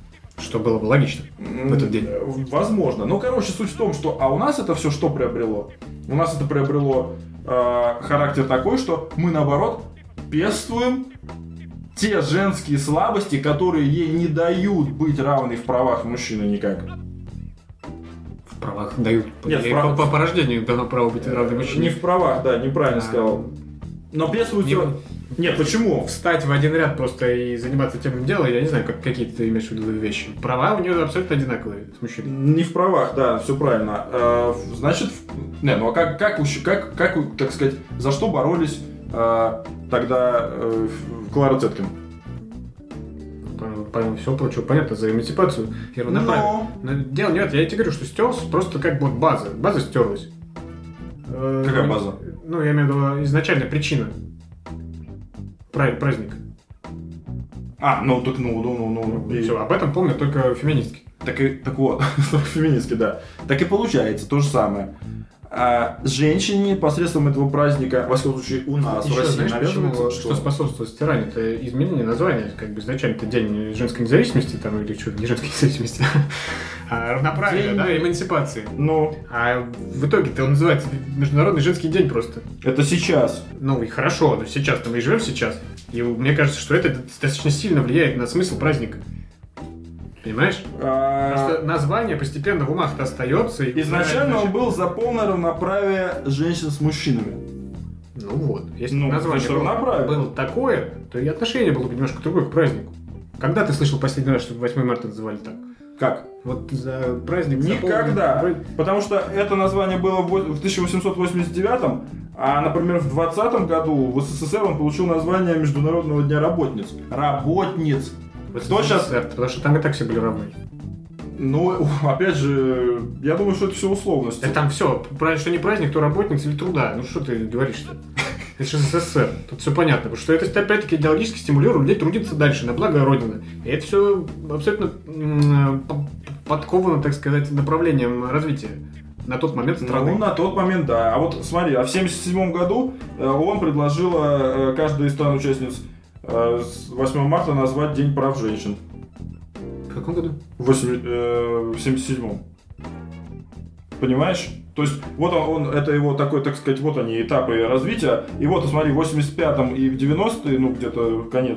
Что было бы логично в этот день. Возможно. Ну, короче, суть в том, что... А у нас это все что приобрело? У нас это приобрело характер такой, что мы, наоборот, пестуем те женские слабости, которые ей не дают быть равной в правах мужчины никак. В правах дают. Нет, по рождению дано право быть равной мужчине. Не в правах, да, неправильно сказал. Но пестуются... Нет, почему? Встать в один ряд просто и заниматься тем делом, я не знаю, какие ты имеешь в виду вещи. Права у нее абсолютно одинаковые с мужчиной. Не в правах, да, все правильно. Значит, ну а как, так сказать, за что боролись тогда Клара Цеткин? Все получил, понятно, за эмансипацию и равноправие. Но дело нет, я тебе говорю, что стерлась просто как бы база. База стерлась. Какая база? Ну, я имею в виду изначальная причина. Праздник. Все, об этом помнят только феминистки. Так вот, феминистки, да. Так и получается то же самое. Женщине посредством этого праздника, во всяком случае у нас еще, в России, знаешь, навязывается, что способствует стиранию? Это изменение названия, как бы изначально это день женской независимости, там, или что, не женской независимости, а равноправия, день... да, эмансипации. Ну. А в итоге-то он называется Международный женский день просто. Это сейчас. Ну и хорошо, но сейчас-то мы и живем сейчас. И мне кажется, что это достаточно сильно влияет на смысл праздника. Понимаешь? Просто название постепенно в умах-то остается. Изначально он был за полное равноправие женщин с мужчинами. Ну вот. Если название было такое, то и отношение было бы немножко другое к празднику. Когда ты слышал последний раз, что 8 марта называли так? Как? Вот за праздник... Никогда. Потому что это название было в 1889-м, а, например, в 2020 году в СССР он получил название Международного дня работниц. Работниц! Кто сейчас? Потому что там и так все были равны. Ну, опять же, я думаю, что это все условности. Там все. Что не праздник, то работница или труда. Ну что ты говоришь-то? Это же СССР. Тут все понятно. Потому что это опять-таки идеологически стимулирует людей трудиться дальше, на благо Родины. И это все абсолютно подковано, так сказать, направлением развития. На тот момент страны. Ну, на тот момент, да. А вот смотри, в 1977 году ООН предложила каждой из стран-участниц 8 марта назвать День прав женщин. В каком году? В 77-м. Понимаешь? То есть, вот он, это его такой, так сказать, вот они, этапы развития. И вот, смотри, в 85-м и в 90-е, ну, где-то конец,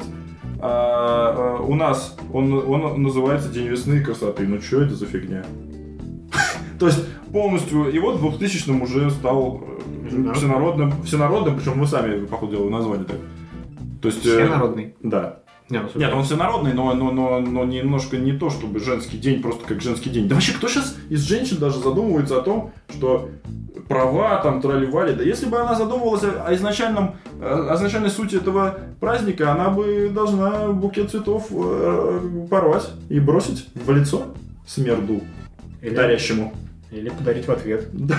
у нас он называется День весны и красоты. Ну, что это за фигня? То есть, полностью, и вот в 2000-м уже стал всенародным, причем мы сами, походу дела, назвали так. То есть, всенародный? Да. Нет, он всенародный, но немножко не то, чтобы женский день, просто как женский день. Да вообще, кто сейчас из женщин даже задумывается о том, что права там трали-вали? Да если бы она задумывалась о изначальной сути этого праздника, она бы должна букет цветов порвать и бросить в лицо смерду дарящему. Или подарить в ответ. Да.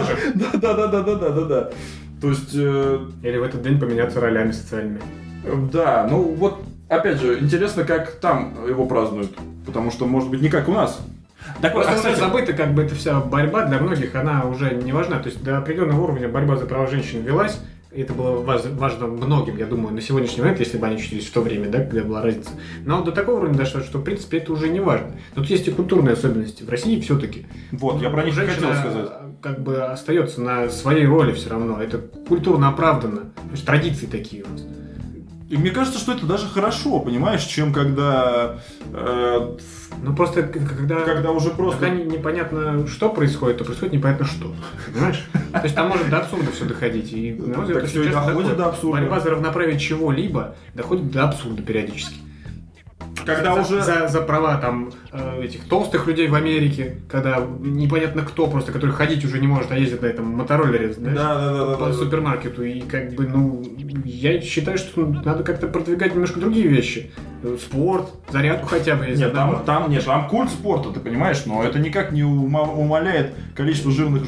То есть... Или в этот день поменяться ролями социальными. Да, ну вот, опять же, интересно, как там его празднуют. Потому что, может быть, не как у нас. Так вот, кстати, забыто, как бы эта вся борьба для многих, она уже не важна. То есть до определенного уровня борьба за права женщин велась. И это было важно многим, я думаю, на сегодняшний момент, если бы они учились в то время, да, когда была разница. Но до такого уровня дошло, что, в принципе, это уже не важно. Тут есть и культурные особенности. В России все-таки. Вот, я про них хотел сказать. Как бы остается на своей роли все равно. Это культурно оправдано. То есть традиции такие у нас. И мне кажется, что это даже хорошо, понимаешь, чем когда... Ну просто когда уже просто... Когда непонятно, что происходит, то происходит непонятно что. Понимаешь? То есть там может до абсурда все доходить. И, так все и доходит до абсурда. Борьба за равноправие чего-либо доходит до абсурда периодически. Когда уже... За права там этих толстых людей в Америке, когда непонятно кто просто, который ходить уже не может, а ездит на этом мотороллере, знаешь, по супермаркету. И как бы, ну, я считаю, что надо как-то продвигать немножко другие вещи. Спорт, зарядку хотя бы. Нет, там культ спорта, ты понимаешь, но это никак не умаляет количество жирных.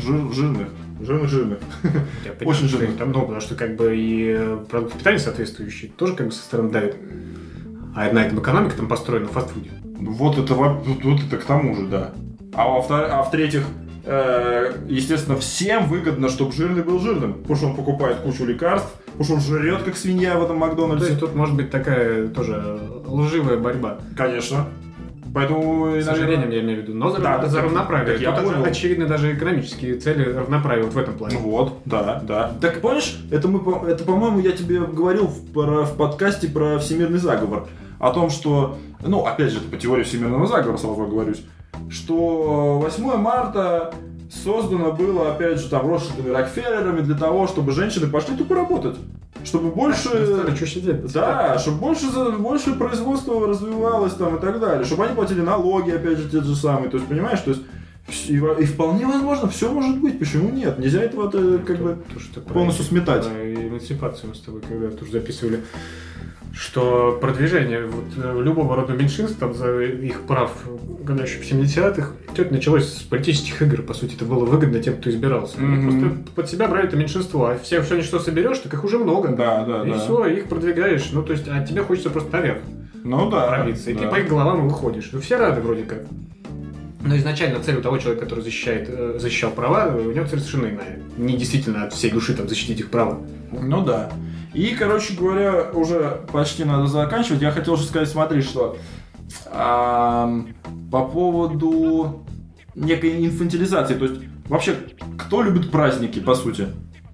Очень жирных. Там много, потому что как бы и продукты питания соответствующие тоже как бы со стороны давят. А на этом экономика там построена в фастфуде. Вот это к тому же, да. А в-третьих, естественно, всем выгодно, чтобы жирный был жирным. Потому что он покупает кучу лекарств, потому что он жрет, как свинья в этом Макдональдсе. То есть тут может быть такая тоже лживая борьба. Конечно. Поэтому, с сожалением, я имею в виду. Но за равноправие. Я понял. Очевидно, даже экономические цели равноправия вот в этом плане. Вот, да. Так помнишь, это, по-моему, я тебе говорил в подкасте про всемирный заговор. О том, что, ну, опять же, по теории всемирного заговора, сразу оговорюсь, что 8 марта создано было, опять же, там, Ротшильдами, Рокфеллерами для того, чтобы женщины пошли тупо работать. Чтобы больше... Да, чтобы больше производства развивалось там и так далее. Чтобы они платили налоги, опять же, те же самые. То есть, понимаешь, то есть... И вполне возможно, все может быть. Почему нет? Нельзя этого как бы полностью сметать. Эмансипацию мы с тобой когда-то тоже записывали. Что продвижение любого рода меньшинств там, за их прав, когда еще в 70-х, все это началось с политических игр, по сути, это было выгодно тем, кто избирался. Просто под себя брали это меньшинство, а все, что соберешь, так их уже много. Да. И все, их продвигаешь, ну, то есть, а тебе хочется просто наверх пробиться, и ты по их головам и выходишь. Ну, все рады вроде как. Но изначально цель у того человека, который защищал права, у него цель совершенно иная. Не действительно от всей души там защитить их права. Ну да. И, короче говоря, уже почти надо заканчивать. Я хотел же сказать, смотри, что по поводу некой инфантилизации, то есть вообще, кто любит праздники, по сути?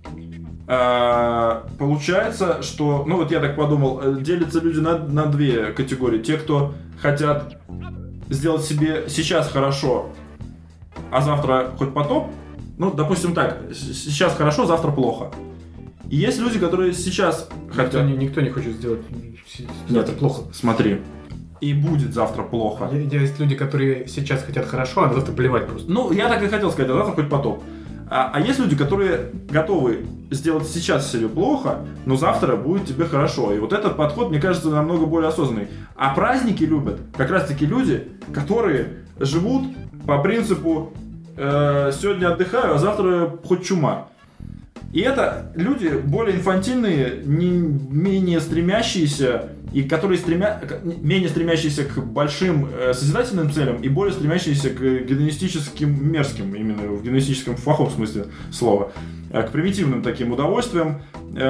Получается, что, ну вот я так подумал, делятся люди на две категории. Те, кто хотят сделать себе сейчас хорошо, а завтра хоть потоп. Ну, допустим так, сейчас хорошо, завтра плохо. И есть люди, которые сейчас хотят... Никто не хочет сделать завтра плохо. Смотри. И будет завтра плохо. Есть люди, которые сейчас хотят хорошо, а завтра плевать просто. Ну, я так и хотел сказать, а завтра хоть потоп. А есть люди, которые готовы сделать сейчас себе плохо, но завтра будет тебе хорошо. И вот этот подход, мне кажется, намного более осознанный. А праздники любят как раз-таки люди, которые живут по принципу сегодня отдыхаю, а завтра хоть чума. И это люди более инфантильные, менее стремящиеся, и которые менее стремящиеся к большим созидательным целям и более стремящиеся к гедонистическим мерзким, именно в гедонистическом в плохом смысле слова, к примитивным таким удовольствиям.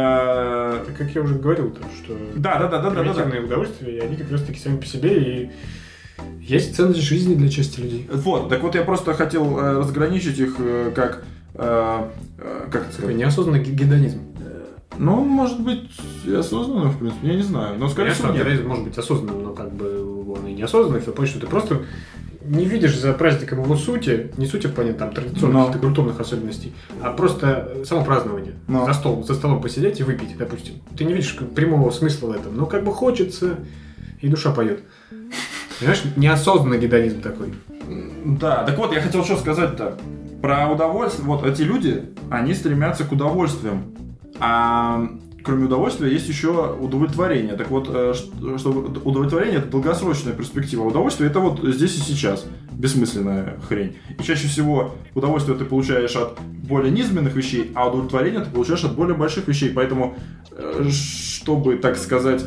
Как я уже говорил, что примитивные удовольствия, и они как раз таки сами по себе, и есть ценность жизни для части людей. Вот, так вот я просто хотел разграничить их как это сказать? Неосознанный гедонизм. Ну, может быть, и осознанным, в принципе, я не знаю. Но, скорее всего, нет. Гедонизм может быть осознанным, но как бы он и неосознанный, в том плане, что ты просто не видишь за праздником его сути, не сути в плане там традиционных и культурных особенностей, а просто само празднование. За столом посидеть и выпить, допустим. Ты не видишь прямого смысла в этом, но как бы хочется, и душа поет. Понимаешь, неосознанный гедонизм такой. Да, так вот, я хотел что сказать-то. Про удовольствие. Вот эти люди, они стремятся к удовольствиям. А кроме удовольствия есть еще удовлетворение. Так вот, что удовлетворение — это долгосрочная перспектива. Удовольствие — это вот здесь и сейчас. Бессмысленная хрень. И чаще всего удовольствие ты получаешь от более низменных вещей, а удовлетворение ты получаешь от более больших вещей. Поэтому, чтобы, так сказать,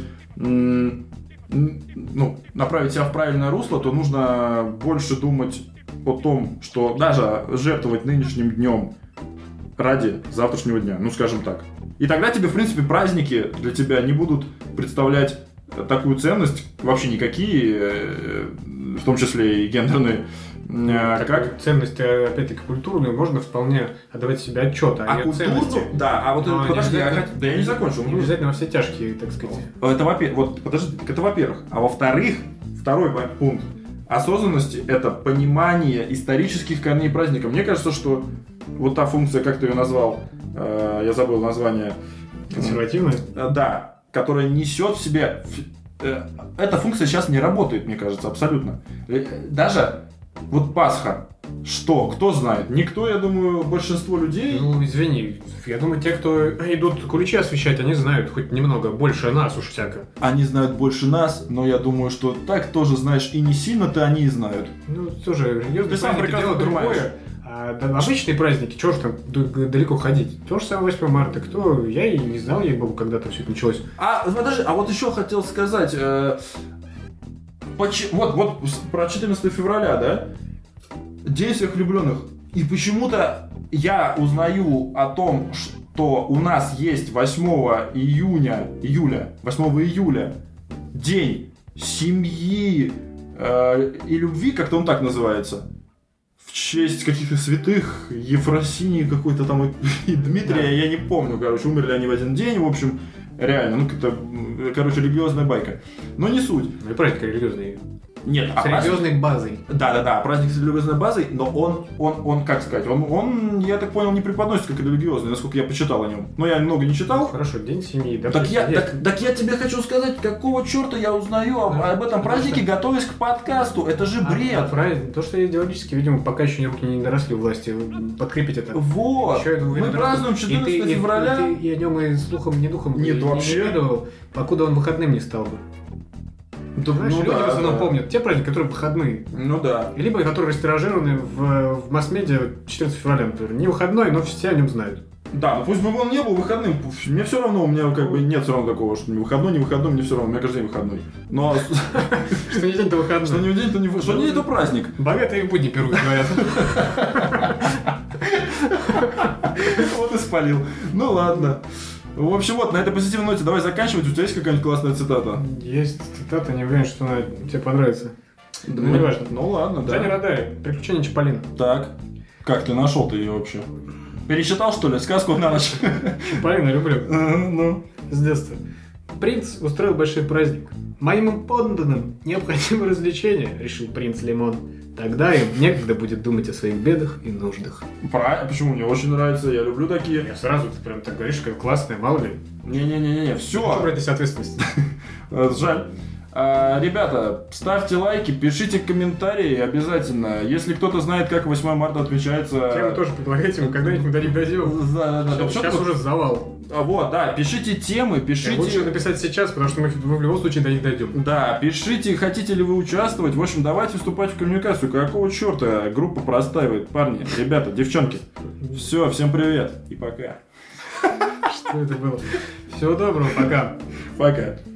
направить себя в правильное русло, то нужно больше думать о том, что даже жертвовать нынешним днем ради завтрашнего дня, ну скажем так. И тогда тебе, в принципе, праздники для тебя не будут представлять такую ценность, вообще никакие, в том числе и гендерные. Как ценность, опять-таки, культурную можно вполне отдавать себе отчет о ее ценности. Да, а вот подожди, я не закончил. Не обязательно во все тяжкие, так сказать. Это во-первых. А во-вторых, второй пункт осознанности — это понимание исторических корней праздника. Мне кажется, что вот та функция, как ты ее назвал, я забыл название. Консервативная? Да, которая несет в себе... Эта функция сейчас не работает, мне кажется, абсолютно. Даже вот Пасха. Что? Кто знает? Никто, я думаю, большинство людей... Ну, извини. Я думаю, те, кто идут куличи освещать, они знают хоть немного больше нас уж всяко. Они знают больше нас, но я думаю, что так тоже знаешь, и не сильно-то они и знают. Ну, тоже, религиозные праздники дело другое. А обычные праздники, чего ж там далеко ходить? То же самое 8 марта. Кто? Я и не знал, ей-богу, когда-то все это началось. Подожди, а вот еще хотел сказать... Вот про 14 февраля, да? День всех влюбленных. И почему-то я узнаю о том, что у нас есть 8 июля, день семьи, и любви, как-то он так называется. В честь каких-то святых, Ефросинии какой-то там и Дмитрия, я не помню, короче, умерли они в один день, в общем, реально, ну, как-то, короче, религиозная байка. Но не суть. Ну и праздник религиозный. Нет, с религиозной базой. Да, праздник с религиозной базой, но он, как сказать, он, я так понял, не преподносится как религиозный, насколько я почитал о нем. Но я много не читал. Хорошо, день семьи, да? Так я тебе хочу сказать, какого черта я узнаю об этом празднике, готовясь к подкасту. Это же бред. То, что идеологически, видимо, пока еще руки не доросли у власти, подкрепить это. Вот. Еще, мы празднуем 14 февраля. И о нем и слухом, ни духом Нет, не вообще. ведал, покуда он выходным не стал бы. Да, знаешь, люди в основном помнят те праздники, которые выходные. Ну да. Либо которые растиражированы в масс-медиа 14 февраля, например. Не выходной, но все о нем знают. Да, ну пусть бы он не был выходным, мне все равно, у меня как бы нет все равно такого, что не выходной, мне все равно, у меня каждый день выходной. Но... Что не день-то выходной. Что не день-то не выходной. Что не день-то праздник. Богатые будни пируют, говорят. Вот и спалил. Ну ладно. В общем, вот, на этой позитивной ноте давай заканчивать. У тебя есть какая-нибудь классная цитата? Есть цитата, не уверен, что она тебе понравится. Да, ну, не важно. Ну ладно, да. Таня Радари, «Приключения Чаполина». Так, как ты нашел-то ее вообще? Перечитал, что ли, сказку на ночь? Чаполина люблю. Ну. С детства. Принц устроил большой праздник. Моим подданным необходимо развлечение, решил принц Лимон. Тогда им некогда будет думать о своих бедах и нуждах. Правильно, почему? Мне очень нравится, я люблю такие. Я сразу ты прям так говоришь, как классная, мало ли. Не-не-не, все. Хочу брать на себя ответственность. Жаль. Ребята, ставьте лайки, пишите комментарии обязательно. Если кто-то знает, как 8 марта отмечается... Темы тоже предлагайте, мы когда-нибудь до них дойдем. Да. Сейчас уже завал. Вот, да, пишите темы, пишите... Лучше написать сейчас, потому что мы в любом случае до них дойдем. Да, пишите, хотите ли вы участвовать. В общем, давайте вступать в коммуникацию. Какого черта группа простаивает, парни, ребята, девчонки. Все, всем привет и пока. Что это было? Всего доброго, пока. Пока.